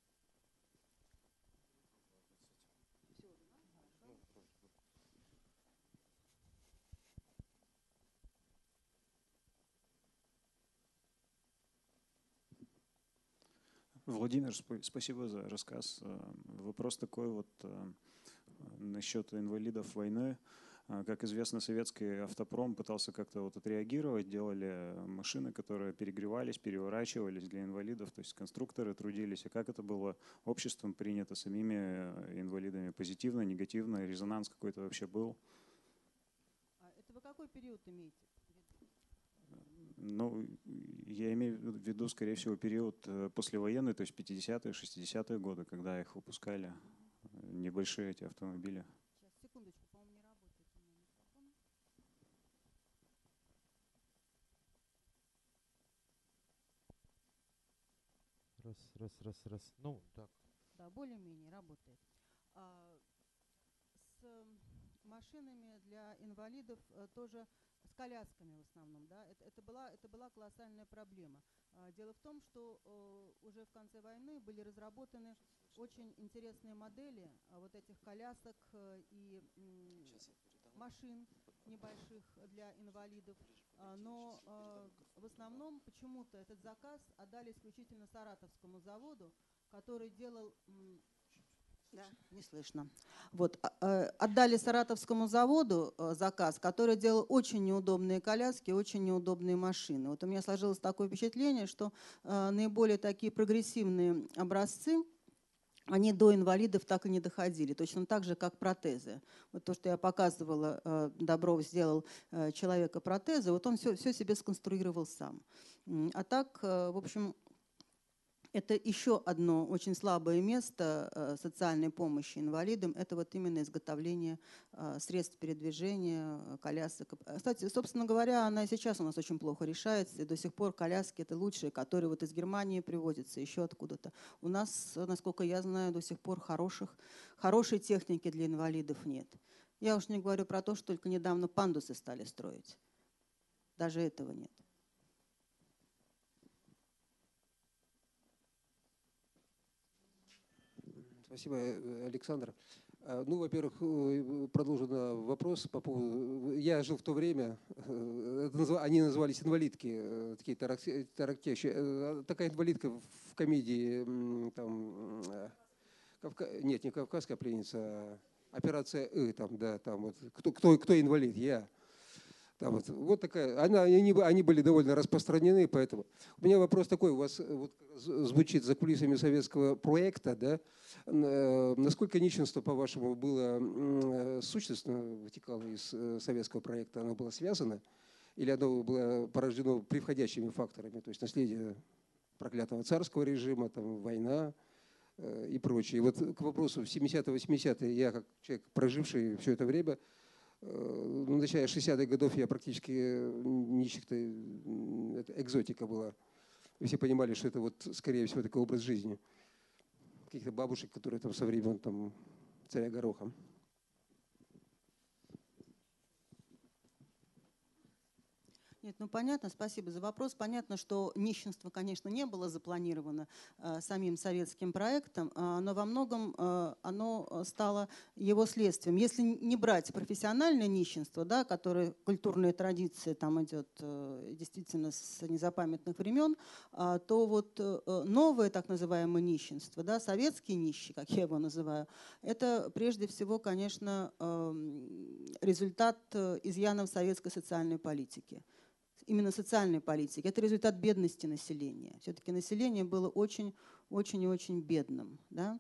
Владимир, спасибо за рассказ. Вопрос такой вот насчет инвалидов войны. Как известно, советский автопром пытался как-то вот отреагировать, делали машины, которые перегревались, переворачивались для инвалидов, то есть конструкторы трудились. И как это было обществом принято, самими инвалидами? Позитивно, негативно? Резонанс какой-то вообще был? Это вы какой период имеете? Ну, я имею в виду, скорее всего, период послевоенный, то есть пятидесятые, шестидесятые годы, когда их выпускали, небольшие эти автомобили. Сейчас, секундочку, по-моему, не работает у меня микрофон. Раз, раз, раз, раз. Ну, так. Да, более-менее работает. А, с машинами для инвалидов тоже, с колясками в основном, да, это, это, была, это была колоссальная проблема. Дело в том, что уже в конце войны были разработаны очень интересные модели вот этих колясок и машин небольших для инвалидов, но в основном почему-то этот заказ отдали исключительно Саратовскому заводу, который делал... Да, не слышно. Вот, э, отдали Саратовскому заводу э, заказ, который делал очень неудобные коляски, очень неудобные машины. Вот у меня сложилось такое впечатление, что э, наиболее такие прогрессивные образцы, они до инвалидов так и не доходили, точно так же, как протезы. Вот то, что я показывала, э, Добров сделал э, человека протезы, вот он все, все себе сконструировал сам. А так, э, в общем... Это еще одно очень слабое место социальной помощи инвалидам. Это вот именно изготовление средств передвижения, колясок. Кстати, собственно говоря, она и сейчас у нас очень плохо решается. И до сих пор коляски – это лучшие, которые вот из Германии привозятся, еще откуда-то. У нас, насколько я знаю, до сих пор хороших, хорошей техники для инвалидов нет. Я уж не говорю про то, что только недавно пандусы стали строить. Даже этого нет. Спасибо, Александр. Ну, во-первых, продолжу на вопрос по поводу... Я жил в то время, они назывались инвалидки, такие тарактящие. Такая инвалидка в комедии, там, Кавка... нет, не «Кавказская пленница», а «Операция И», там, да, там вот, кто, кто, кто инвалид? Я. Там вот, вот такая, она, они, они были довольно распространены, поэтому. У меня вопрос такой, у вас вот, звучит за кулисами советского проекта, да? Насколько нищенство, по-вашему, было существенно, вытекало из советского проекта, оно было связано? Или оно было порождено превходящими факторами, то есть наследие проклятого царского режима, там, война и прочее? И вот к вопросу в семидесятые, восьмидесятые, я как человек, проживший все это время, ну, начиная с шестидесятых годов я практически нищих-то, это экзотика была. Все понимали, что это вот, скорее всего, такой образ жизни. Каких-то бабушек, которые там со времен там, царя Гороха. Нет, ну понятно, спасибо за вопрос. Понятно, что нищенство, конечно, не было запланировано э, самим советским проектом, э, но во многом э, оно стало его следствием. Если не брать профессиональное нищенство, да, которое культурная традиция там идет э, действительно с незапамятных времен, э, то вот э, новое так называемое нищенство, да, советский нищий, как я его называю, это прежде всего, конечно, э, результат изъянов советской социальной политики. Именно социальной политики. Это результат бедности населения. Все-таки население было очень-очень и очень бедным. Да?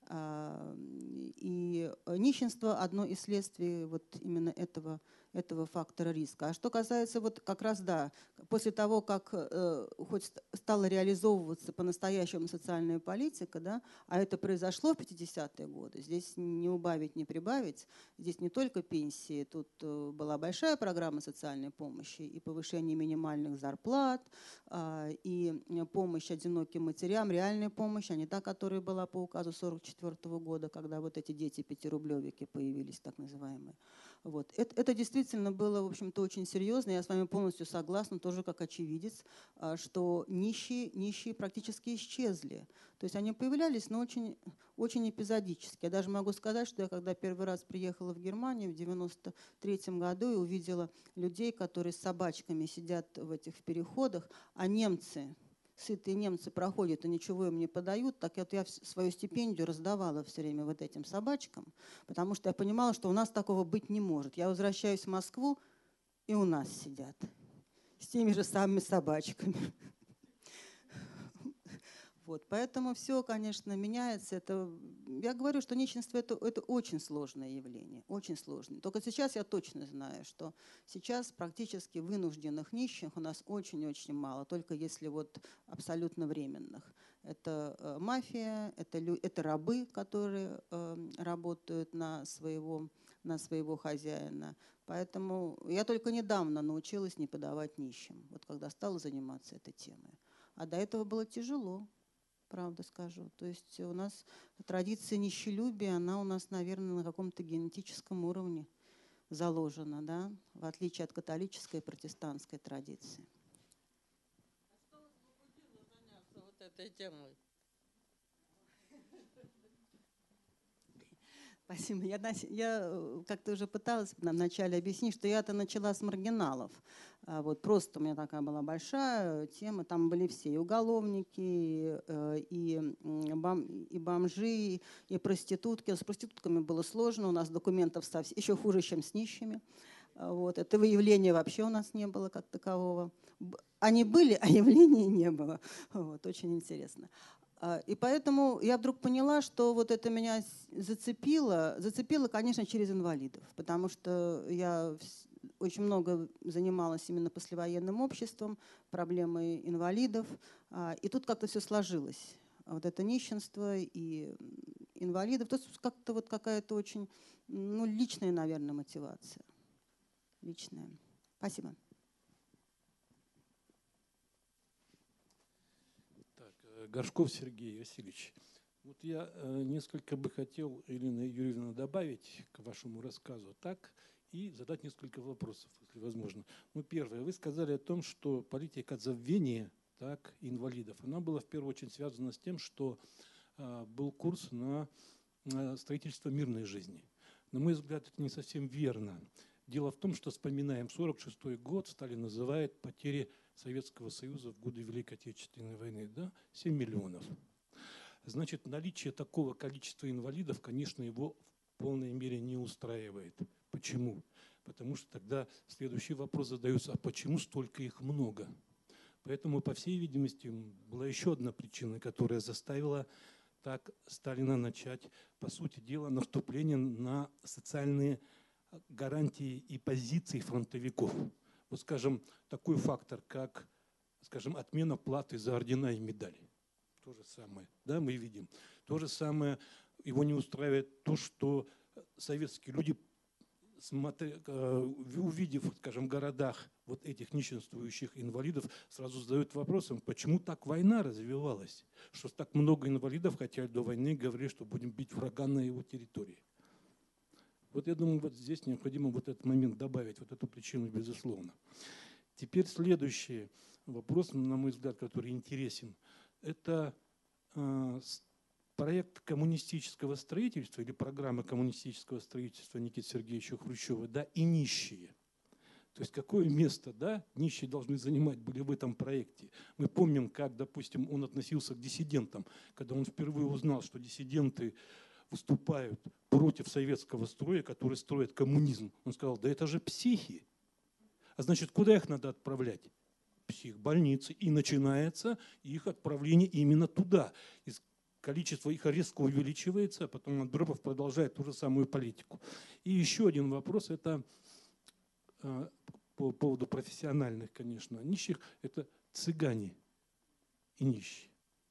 И нищенство – одно из следствий вот именно этого, этого фактора риска. А что касается вот как раз, да, после того, как э, хоть стала реализовываться по-настоящему социальная политика, да, а это произошло в пятидесятые годы, здесь не убавить, не прибавить, здесь не только пенсии, тут э, была большая программа социальной помощи и повышение минимальных зарплат, э, и помощь одиноким матерям, реальная помощь, а не та, которая была по указу сорок четвёртого года, когда вот эти дети-пятирублевики появились, так называемые. Вот. Это, это действительно было, в общем-то, очень серьезно. Я с вами полностью согласна, тоже как очевидец, что нищие, нищие практически исчезли. То есть они появлялись, но очень, очень эпизодически. Я даже могу сказать, что я когда первый раз приехала в Германию в девяносто третьем году и увидела людей, которые с собачками сидят в этих переходах, а немцы... Сытые немцы проходят и ничего им не подают, так вот я свою стипендию раздавала все время вот этим собачкам, потому что я понимала, что у нас такого быть не может. Я возвращаюсь в Москву, и у нас сидят с теми же самыми собачками. Вот, поэтому все, конечно, меняется. Это, я говорю, что нищенство это, – это очень сложное явление, очень сложное. Только сейчас я точно знаю, что сейчас практически вынужденных нищих у нас очень-очень мало, только если вот абсолютно временных. Это э, мафия, это, это рабы, которые э, работают на своего, на своего хозяина. Поэтому я только недавно научилась не подавать нищим, вот когда стала заниматься этой темой. А до этого было тяжело. Правда скажу. То есть у нас традиция нищелюбия, она у нас, наверное, на каком-то генетическом уровне заложена, да, в отличие от католической и протестантской традиции. А что вас побудило заняться вот этой темой? Спасибо. Я, я как-то уже пыталась вначале объяснить, что я-то начала с маргиналов. Вот, просто у меня такая была большая тема. Там были все и уголовники, и, и, бом, и бомжи, и проститутки. С проститутками было сложно, у нас документов совсем, еще хуже, чем с нищими. Вот, это выявления вообще у нас не было как такового. Они были, а явлений не было. Вот, очень интересно. И поэтому я вдруг поняла, что вот это меня зацепило, зацепило, конечно, через инвалидов, потому что я очень много занималась именно послевоенным обществом, проблемой инвалидов, и тут как-то все сложилось. Вот это нищенство и инвалидов, то есть как-то вот какая-то очень, ну, личная, наверное, мотивация. Личная. Спасибо. Горшков Сергей Васильевич. Вот я несколько бы хотел, Ирина Юрьевна, добавить к вашему рассказу так и задать несколько вопросов, если возможно. Ну, первое. Вы сказали о том, что политика забвения так, инвалидов, она была в первую очередь связана с тем, что а, был курс на, на строительство мирной жизни. На мой взгляд, это не совсем верно. Дело в том, что, вспоминаем сорок шестой год, Сталин называет потери Советского Союза в годы Великой Отечественной войны, да, семь миллионов. Значит, наличие такого количества инвалидов, конечно, его в полной мере не устраивает. Почему? Потому что тогда следующий вопрос задается, а почему столько их много? Поэтому, по всей видимости, была еще одна причина, которая заставила так Сталина начать, по сути дела, наступление на социальные гарантии и позиции фронтовиков. Вот, скажем, такой фактор, как, скажем, отмена платы за ордена и медали. То же самое, да, мы видим. То же самое, его не устраивает то, что советские люди, увидев, скажем, в городах вот этих нищенствующих инвалидов, сразу задают вопросом, почему так война развивалась, что так много инвалидов, хотя до войны говорили, что будем бить врага на его территории. Вот я думаю, вот здесь необходимо вот этот момент добавить, вот эту причину, безусловно. Теперь следующий вопрос, на мой взгляд, который интересен. Это э, проект коммунистического строительства или программа коммунистического строительства Никиты Сергеевича Хрущева, да, и нищие. То есть какое место, да, нищие должны занимать были в этом проекте. Мы помним, как, допустим, он относился к диссидентам, когда он впервые узнал, что диссиденты выступают против советского строя, который строит коммунизм. Он сказал, да это же психи. А значит, куда их надо отправлять? Психбольницы. И начинается их отправление именно туда. И количество их резко увеличивается, а потом Андропов продолжает ту же самую политику. И еще один вопрос, это э, по поводу профессиональных, конечно, нищих, это цыгане и нищие.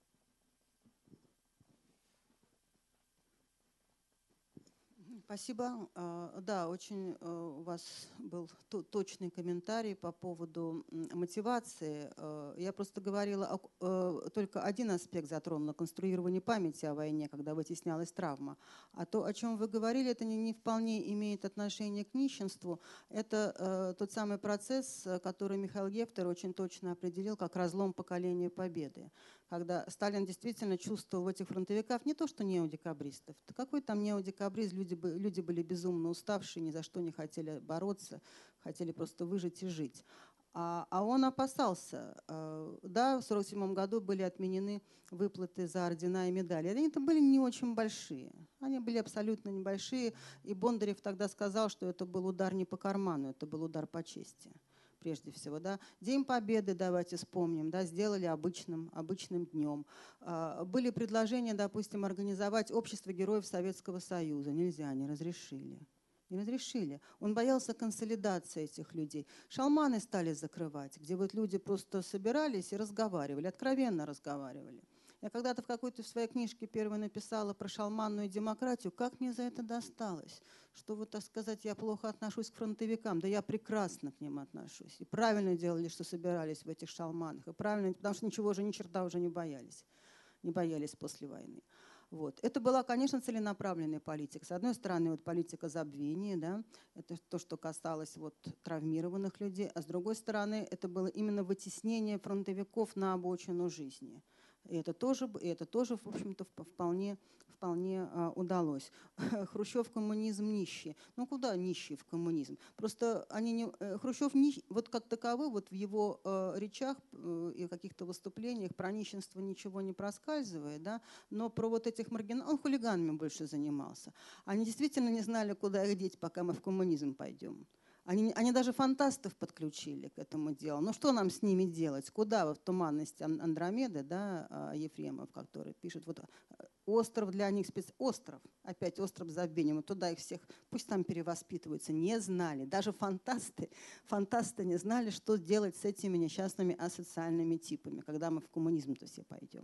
Спасибо. А, Да, очень э, у вас был то- точный комментарий по поводу м, мотивации. Э, Я просто говорила, о- э, только один аспект затронула, конструирование памяти о войне, когда вытеснялась травма. А то, о чем вы говорили, это не, не вполне имеет отношение к нищенству. Это э, тот самый процесс, э, который Михаил Гефтер очень точно определил как разлом поколения Победы. Когда Сталин действительно чувствовал в этих фронтовиках не то, что неодекабристов. Да какой там неодекабрист, люди, бы- люди были безумно уставшие, ни за что не хотели бороться, хотели просто выжить и жить. А, а он опасался. э, Да, в сорок седьмом году были отменены выплаты за ордена и медали. Они-то были не очень большие. Они были абсолютно небольшие. И Бондарев тогда сказал, что это был удар не по карману, это был удар по чести. Прежде всего, да. День Победы, давайте вспомним, да, сделали обычным, обычным днем. А, Были предложения, допустим, организовать общество героев Советского Союза. Нельзя, не разрешили. Не разрешили. Он боялся консолидации этих людей. Шалманы стали закрывать, где вот люди просто собирались и разговаривали, откровенно разговаривали. Я когда-то в какой-то в своей книжке первой написала про шалманную демократию. Как мне за это досталось? Что вот, так сказать, я плохо отношусь к фронтовикам. Да я прекрасно к ним отношусь. И правильно делали, что собирались в этих шалманах. И правильно, потому что ничего же, ни черта уже не боялись. Не боялись после войны. Вот. Это была, конечно, целенаправленная политика. С одной стороны, вот политика забвения, да, это то, что касалось вот травмированных людей, а с другой стороны, это было именно вытеснение фронтовиков на обочину жизни. И это тоже, и это тоже в общем-то, вполне, вполне а, удалось. Хрущев коммунизм нищий. Ну куда нищий в коммунизм? Просто они не, Хрущев нищ, вот как таковой, вот в его э, речах э, и каких-то выступлениях про нищенство ничего не проскальзывает, да? Но про вот этих маргиналов, он хулиганами больше занимался. Они действительно не знали, куда их деть, пока мы в коммунизм пойдем. Они, они даже фантастов подключили к этому делу. Ну что нам с ними делать? Куда вот в туманность Андромеды, да, Ефремов, который пишет, вот остров для них, спец... остров, опять остров забвения, вот туда их всех, пусть там перевоспитываются, не знали. Даже фантасты, фантасты не знали, что делать с этими несчастными асоциальными типами, когда мы в коммунизм-то все пойдем.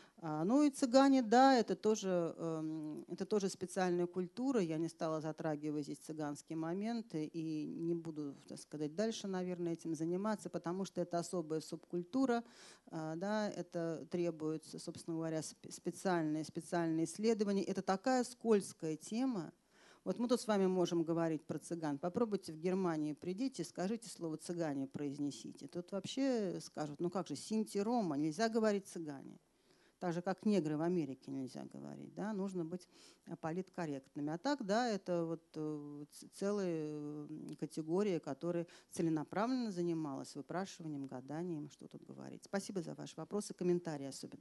Ну и цыгане, да, это тоже, это тоже специальная культура. Я не стала затрагивать здесь цыганские моменты и не буду, так сказать, дальше, наверное, этим заниматься, потому что это особая субкультура, да, это требуется, собственно говоря, специальные, специальные исследования. Это такая скользкая тема. Вот мы тут с вами можем говорить про цыган. Попробуйте в Германии придите, скажите слово «цыгане» произнесите. Тут вообще скажут, ну как же, синти, рома, нельзя говорить «цыгане». Так же, как негры в Америке нельзя говорить, да, нужно быть политкорректными. А так, да, это вот целая категория, которая целенаправленно занималась выпрашиванием, гаданием, что тут говорить. Спасибо за ваши вопросы, комментарии особенно.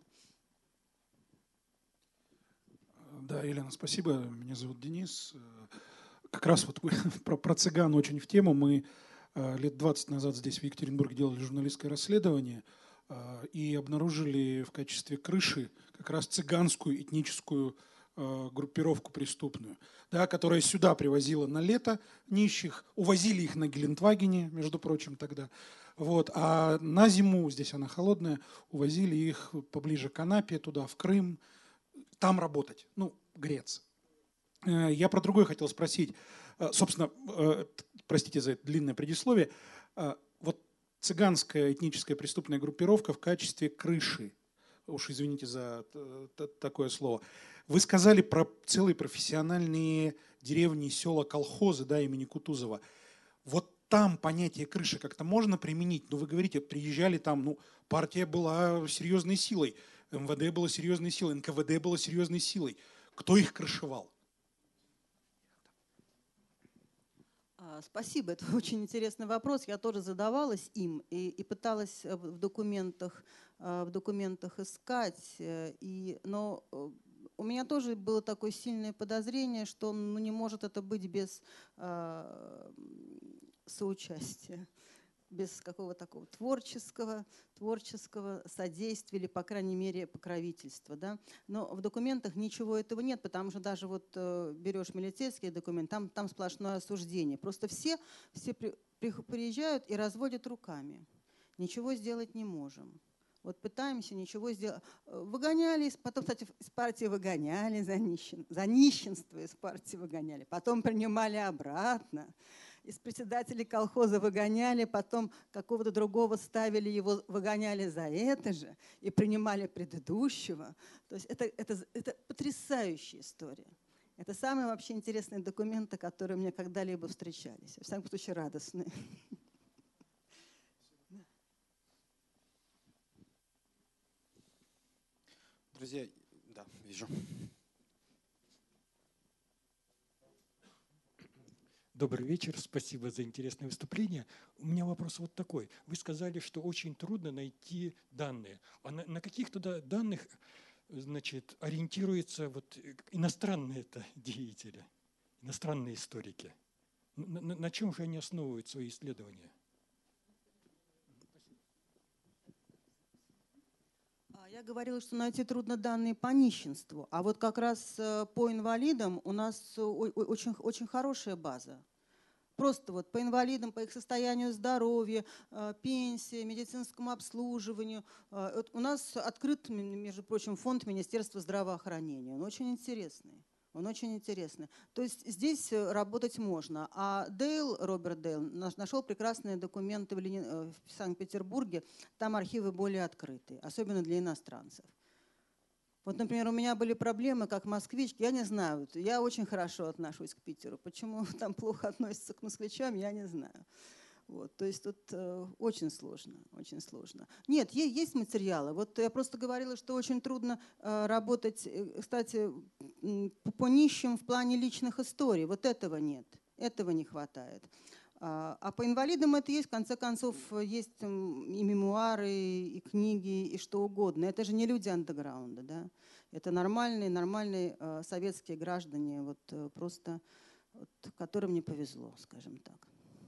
Да, Елена, спасибо. Меня зовут Денис. Как раз вот про, про цыган очень в тему. Мы лет двадцать назад здесь, в Екатеринбурге, делали журналистское расследование и обнаружили в качестве крыши как раз цыганскую этническую группировку преступную, да, которая сюда привозила на лето нищих, увозили их на Гелендвагене, между прочим, тогда. Вот, а на зиму, здесь она холодная, увозили их поближе к Анапе, туда, в Крым, там работать, ну, греться. Я про другое хотел спросить. Собственно, простите за это длинное предисловие. Вот цыганская этническая преступная группировка в качестве крыши, уж извините за такое слово. Вы сказали про целые профессиональные деревни, села, колхозы, да, имени Кутузова. Вот там понятие крыши как-то можно применить? Ну, вы говорите, приезжали там, ну, партия была серьезной силой, эм вэ дэ было серьезной силой, эн ка вэ дэ было серьезной силой. Кто их крышевал? Спасибо, это очень интересный вопрос. Я тоже задавалась им и, и пыталась в документах, в документах искать. И, но у меня тоже было такое сильное подозрение, что ну, не может это быть без э, соучастия, без какого-то такого творческого, творческого содействия или, по крайней мере, покровительства. Да? Но в документах ничего этого нет, потому что даже вот э, берешь милицейский документ, там, там сплошное осуждение. Просто все, все при, при, приезжают и разводят руками. Ничего сделать не можем. Вот пытаемся ничего сделать. Выгоняли, потом, кстати, из партии выгоняли за, нищен, за нищенство, из партии выгоняли. Потом принимали обратно. Из председателей колхоза выгоняли, потом какого-то другого ставили, его выгоняли за это же и принимали предыдущего. То есть это, это, это потрясающая история. Это самые вообще интересные документы, которые мне когда-либо встречались. В всяком случае, радостные. Друзья, да, вижу. Добрый вечер, спасибо за интересное выступление. У меня вопрос вот такой. Вы сказали, что очень трудно найти данные. А на, на каких туда данных, значит, ориентируются вот иностранные это деятели, иностранные историки? На, на, на чем же они основывают свои исследования? Я говорила, что найти трудно данные по нищенству, а вот как раз по инвалидам у нас очень, очень хорошая база. Просто вот по инвалидам, по их состоянию здоровья, пенсии, медицинскому обслуживанию. Вот у нас открыт, между прочим, фонд Министерства здравоохранения. Он очень интересный. Он очень интересный. То есть здесь работать можно. А Дейл, Роберт Дейл, нашел прекрасные документы в, Ленин... в Санкт-Петербурге. Там архивы более открытые, особенно для иностранцев. Вот, например, у меня были проблемы, как москвички. Я не знаю, я очень хорошо отношусь к Питеру. Почему там плохо относятся к москвичам, я не знаю. Вот, то есть тут э, очень сложно, очень сложно. Нет, есть, есть материалы. Вот я просто говорила, что очень трудно э, работать, кстати, по, по нищим в плане личных историй. Вот этого нет, этого не хватает. А, а по инвалидам это есть, в конце концов, есть и мемуары, и книги, и что угодно. Это же не люди андеграунда, да? Это нормальные, нормальные э, советские граждане, вот, э, просто, вот, которым не повезло, скажем так.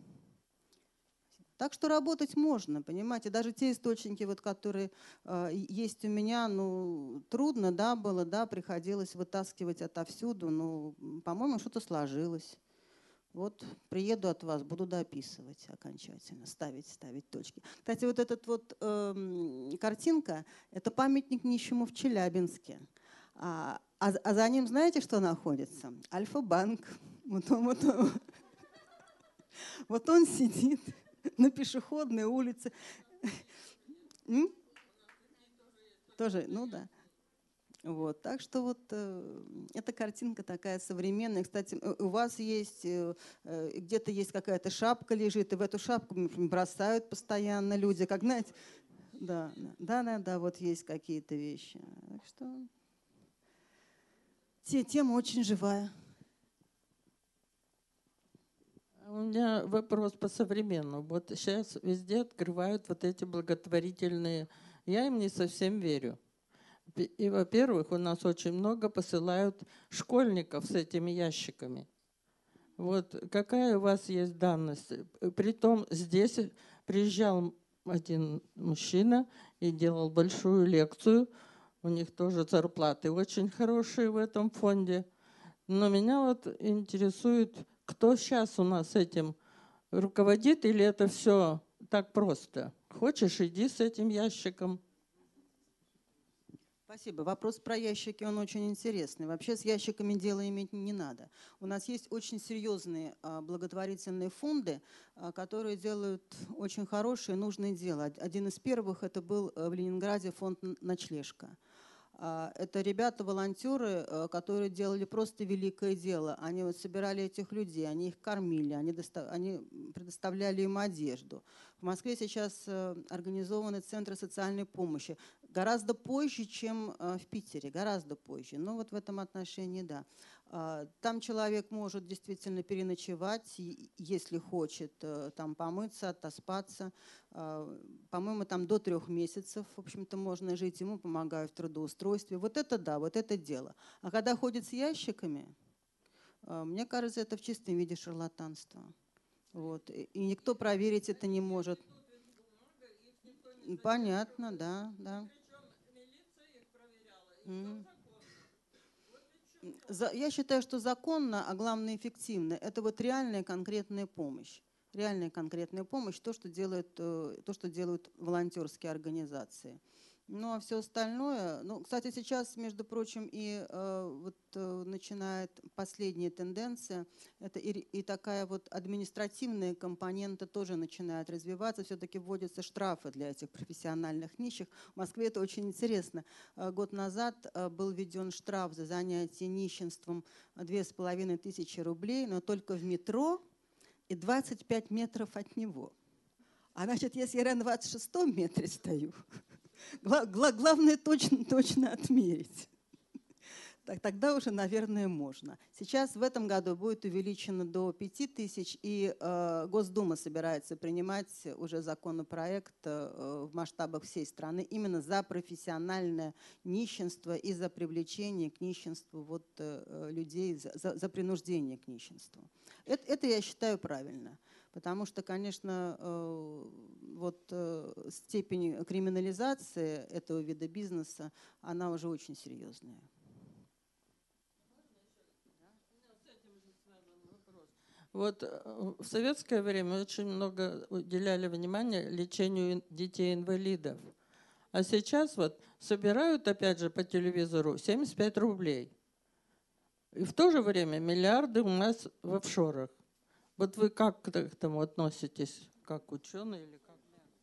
Так что работать можно, понимаете, даже те источники, вот, которые э, есть у меня, ну, трудно, да, было, да, приходилось вытаскивать отовсюду, но, по-моему, что-то сложилось. Вот приеду от вас, буду дописывать окончательно, ставить, ставить точки. Кстати, вот эта вот э, картинка, это памятник нищему в Челябинске. А, а, а за ним знаете, что находится? Альфа-банк. Вот он, вот он, вот он сидит на пешеходной улице. М? Тоже, ну да. Вот, так что вот э, эта картинка такая современная. Кстати, у вас есть, э, где-то есть какая-то шапка лежит, и в эту шапку бросают постоянно люди. Как, знаете, да, да, да, да, вот есть какие-то вещи. Так что те, тема очень живая. У меня вопрос по современному. Вот сейчас везде открывают вот эти благотворительные. Я им не совсем верю. И, во-первых, у нас очень много посылают школьников с этими ящиками. Вот какая у вас есть данность? Притом здесь приезжал один мужчина и делал большую лекцию. У них тоже зарплаты очень хорошие в этом фонде. Но меня вот интересует, кто сейчас у нас этим руководит, или это все так просто? Хочешь, иди с этим ящиком. Спасибо. Вопрос про ящики, он очень интересный. Вообще с ящиками дело иметь не надо. У нас есть очень серьезные а, благотворительные фонды, а, которые делают очень хорошее, нужное дело. Один из первых это был в Ленинграде фонд «Ночлежка». Это ребята-волонтеры, которые делали просто великое дело. Они вот собирали этих людей, они их кормили, они, доста... они предоставляли им одежду. В Москве сейчас организованы центры социальной помощи. Гораздо позже, чем в Питере, гораздо позже. Но вот в этом отношении, да. Там человек может действительно переночевать, если хочет, там помыться, отоспаться. По-моему, там до трех месяцев, в общем-то, можно жить. Ему помогают в трудоустройстве. Вот это да, вот это дело. А когда ходят с ящиками, мне кажется, это в чистом виде шарлатанство. Вот. И никто проверить это не может. Понятно, да, да. Я считаю, что законно, а главное эффективно, это вот реальная конкретная помощь. Реальная конкретная помощь, то, что делают, то, что делают волонтерские организации. Ну а все остальное, ну, кстати, сейчас, между прочим, и э, вот э, начинает последняя тенденция, это и, и такая вот административная компонента тоже начинает развиваться, все-таки вводятся штрафы для этих профессиональных нищих. В Москве это очень интересно. Год назад был введен штраф за занятие нищенством две с половиной тысячи рублей, но только в метро и двадцать пять метров от него. А значит, если я на двадцать шестом метре стою, главное точно, точно отмерить. Так, тогда уже, наверное, можно. Сейчас в этом году будет увеличено до пяти тысяч, и э, Госдума собирается принимать уже законопроект э, в масштабах всей страны именно за профессиональное нищенство и за привлечение к нищенству вот, э, людей, за, за принуждение к нищенству. Это, это я считаю правильно. Потому что, конечно, вот степень криминализации этого вида бизнеса, она уже очень серьезная. Вот в советское время очень много уделяли внимания лечению детей-инвалидов. А сейчас вот собирают, опять же, по телевизору семьдесят пять рублей. И в то же время миллиарды у нас в офшорах. Вот вы как к этому относитесь, как ученый или как?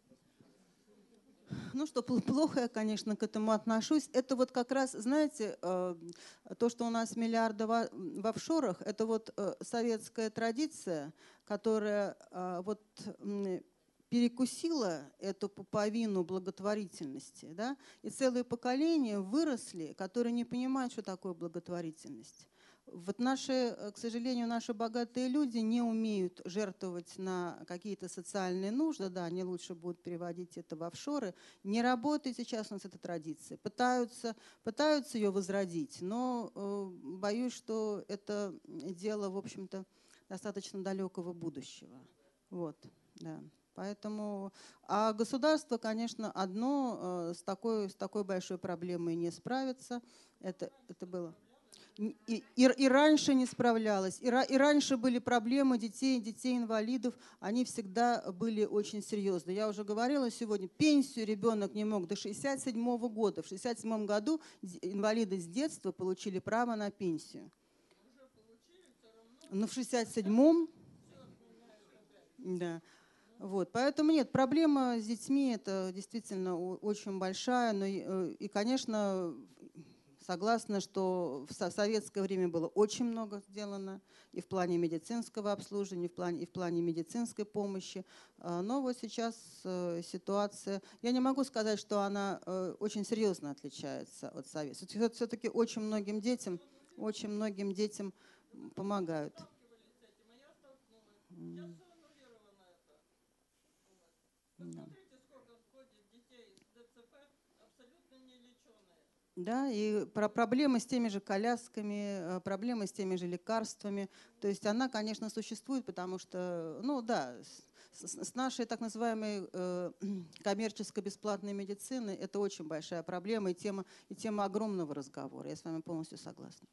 Ну что, плохо я, конечно, к этому отношусь. Это вот как раз, знаете, то, что у нас миллиарды в офшорах, это вот советская традиция, которая вот перекусила эту пуповину благотворительности, да? И целые поколения выросли, которые не понимают, что такое благотворительность. Вот наши, к сожалению, наши богатые люди не умеют жертвовать на какие-то социальные нужды, да, они лучше будут переводить это в офшоры. Не работает сейчас у нас эта традиция. Пытаются, пытаются ее возродить, но э, боюсь, что это дело, в общем-то, достаточно далекого будущего. Вот, да. Поэтому, а государство, конечно, одно э, с, такой, с такой большой проблемой не справится. Это, это было... И, и, и раньше не справлялась, и, и раньше были проблемы детей, детей-инвалидов, они всегда были очень серьезные. Я уже говорила сегодня, пенсию ребенок не мог до шестьдесят седьмого года. В шестьдесят седьмом году инвалиды с детства получили право на пенсию. Но в шестьдесят седьмом... Да. Вот, поэтому нет, проблема с детьми это действительно очень большая, но и, и конечно... Согласна, что в советское время было очень много сделано и в плане медицинского обслуживания, и в плане, и в плане медицинской помощи. Но вот сейчас ситуация, я не могу сказать, что она очень серьезно отличается от советского. Все-таки очень многим детям, очень многим детям помогают. Да. Да, и про проблемы с теми же колясками, проблемы с теми же лекарствами. То есть она, конечно, существует, потому что, ну да, с, с нашей так называемой э, коммерческой бесплатной медицины это очень большая проблема и тема, и тема огромного разговора. Я с вами полностью согласна.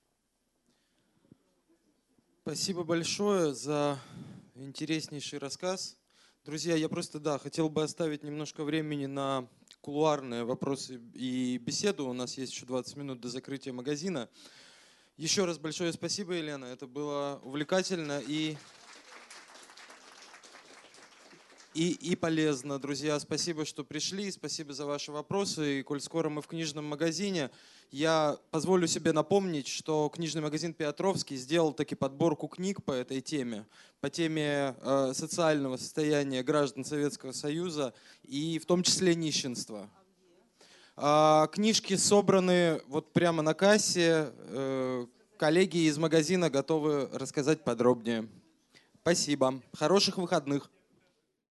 Спасибо большое за интереснейший рассказ. Друзья, я просто, да, хотел бы оставить немножко времени на кулуарные вопросы и беседу. У нас есть еще двадцать минут до закрытия магазина. Еще раз большое спасибо, Елена. Это было увлекательно и, и, и полезно. Друзья, спасибо, что пришли, спасибо за ваши вопросы. И коль скоро мы в книжном магазине, я позволю себе напомнить, что книжный магазин «Петровский» сделал таки подборку книг по этой теме, по теме э, социального состояния граждан Советского Союза и в том числе нищенства. А, книжки собраны вот прямо на кассе. Э, коллеги из магазина готовы рассказать подробнее. Спасибо. Хороших выходных.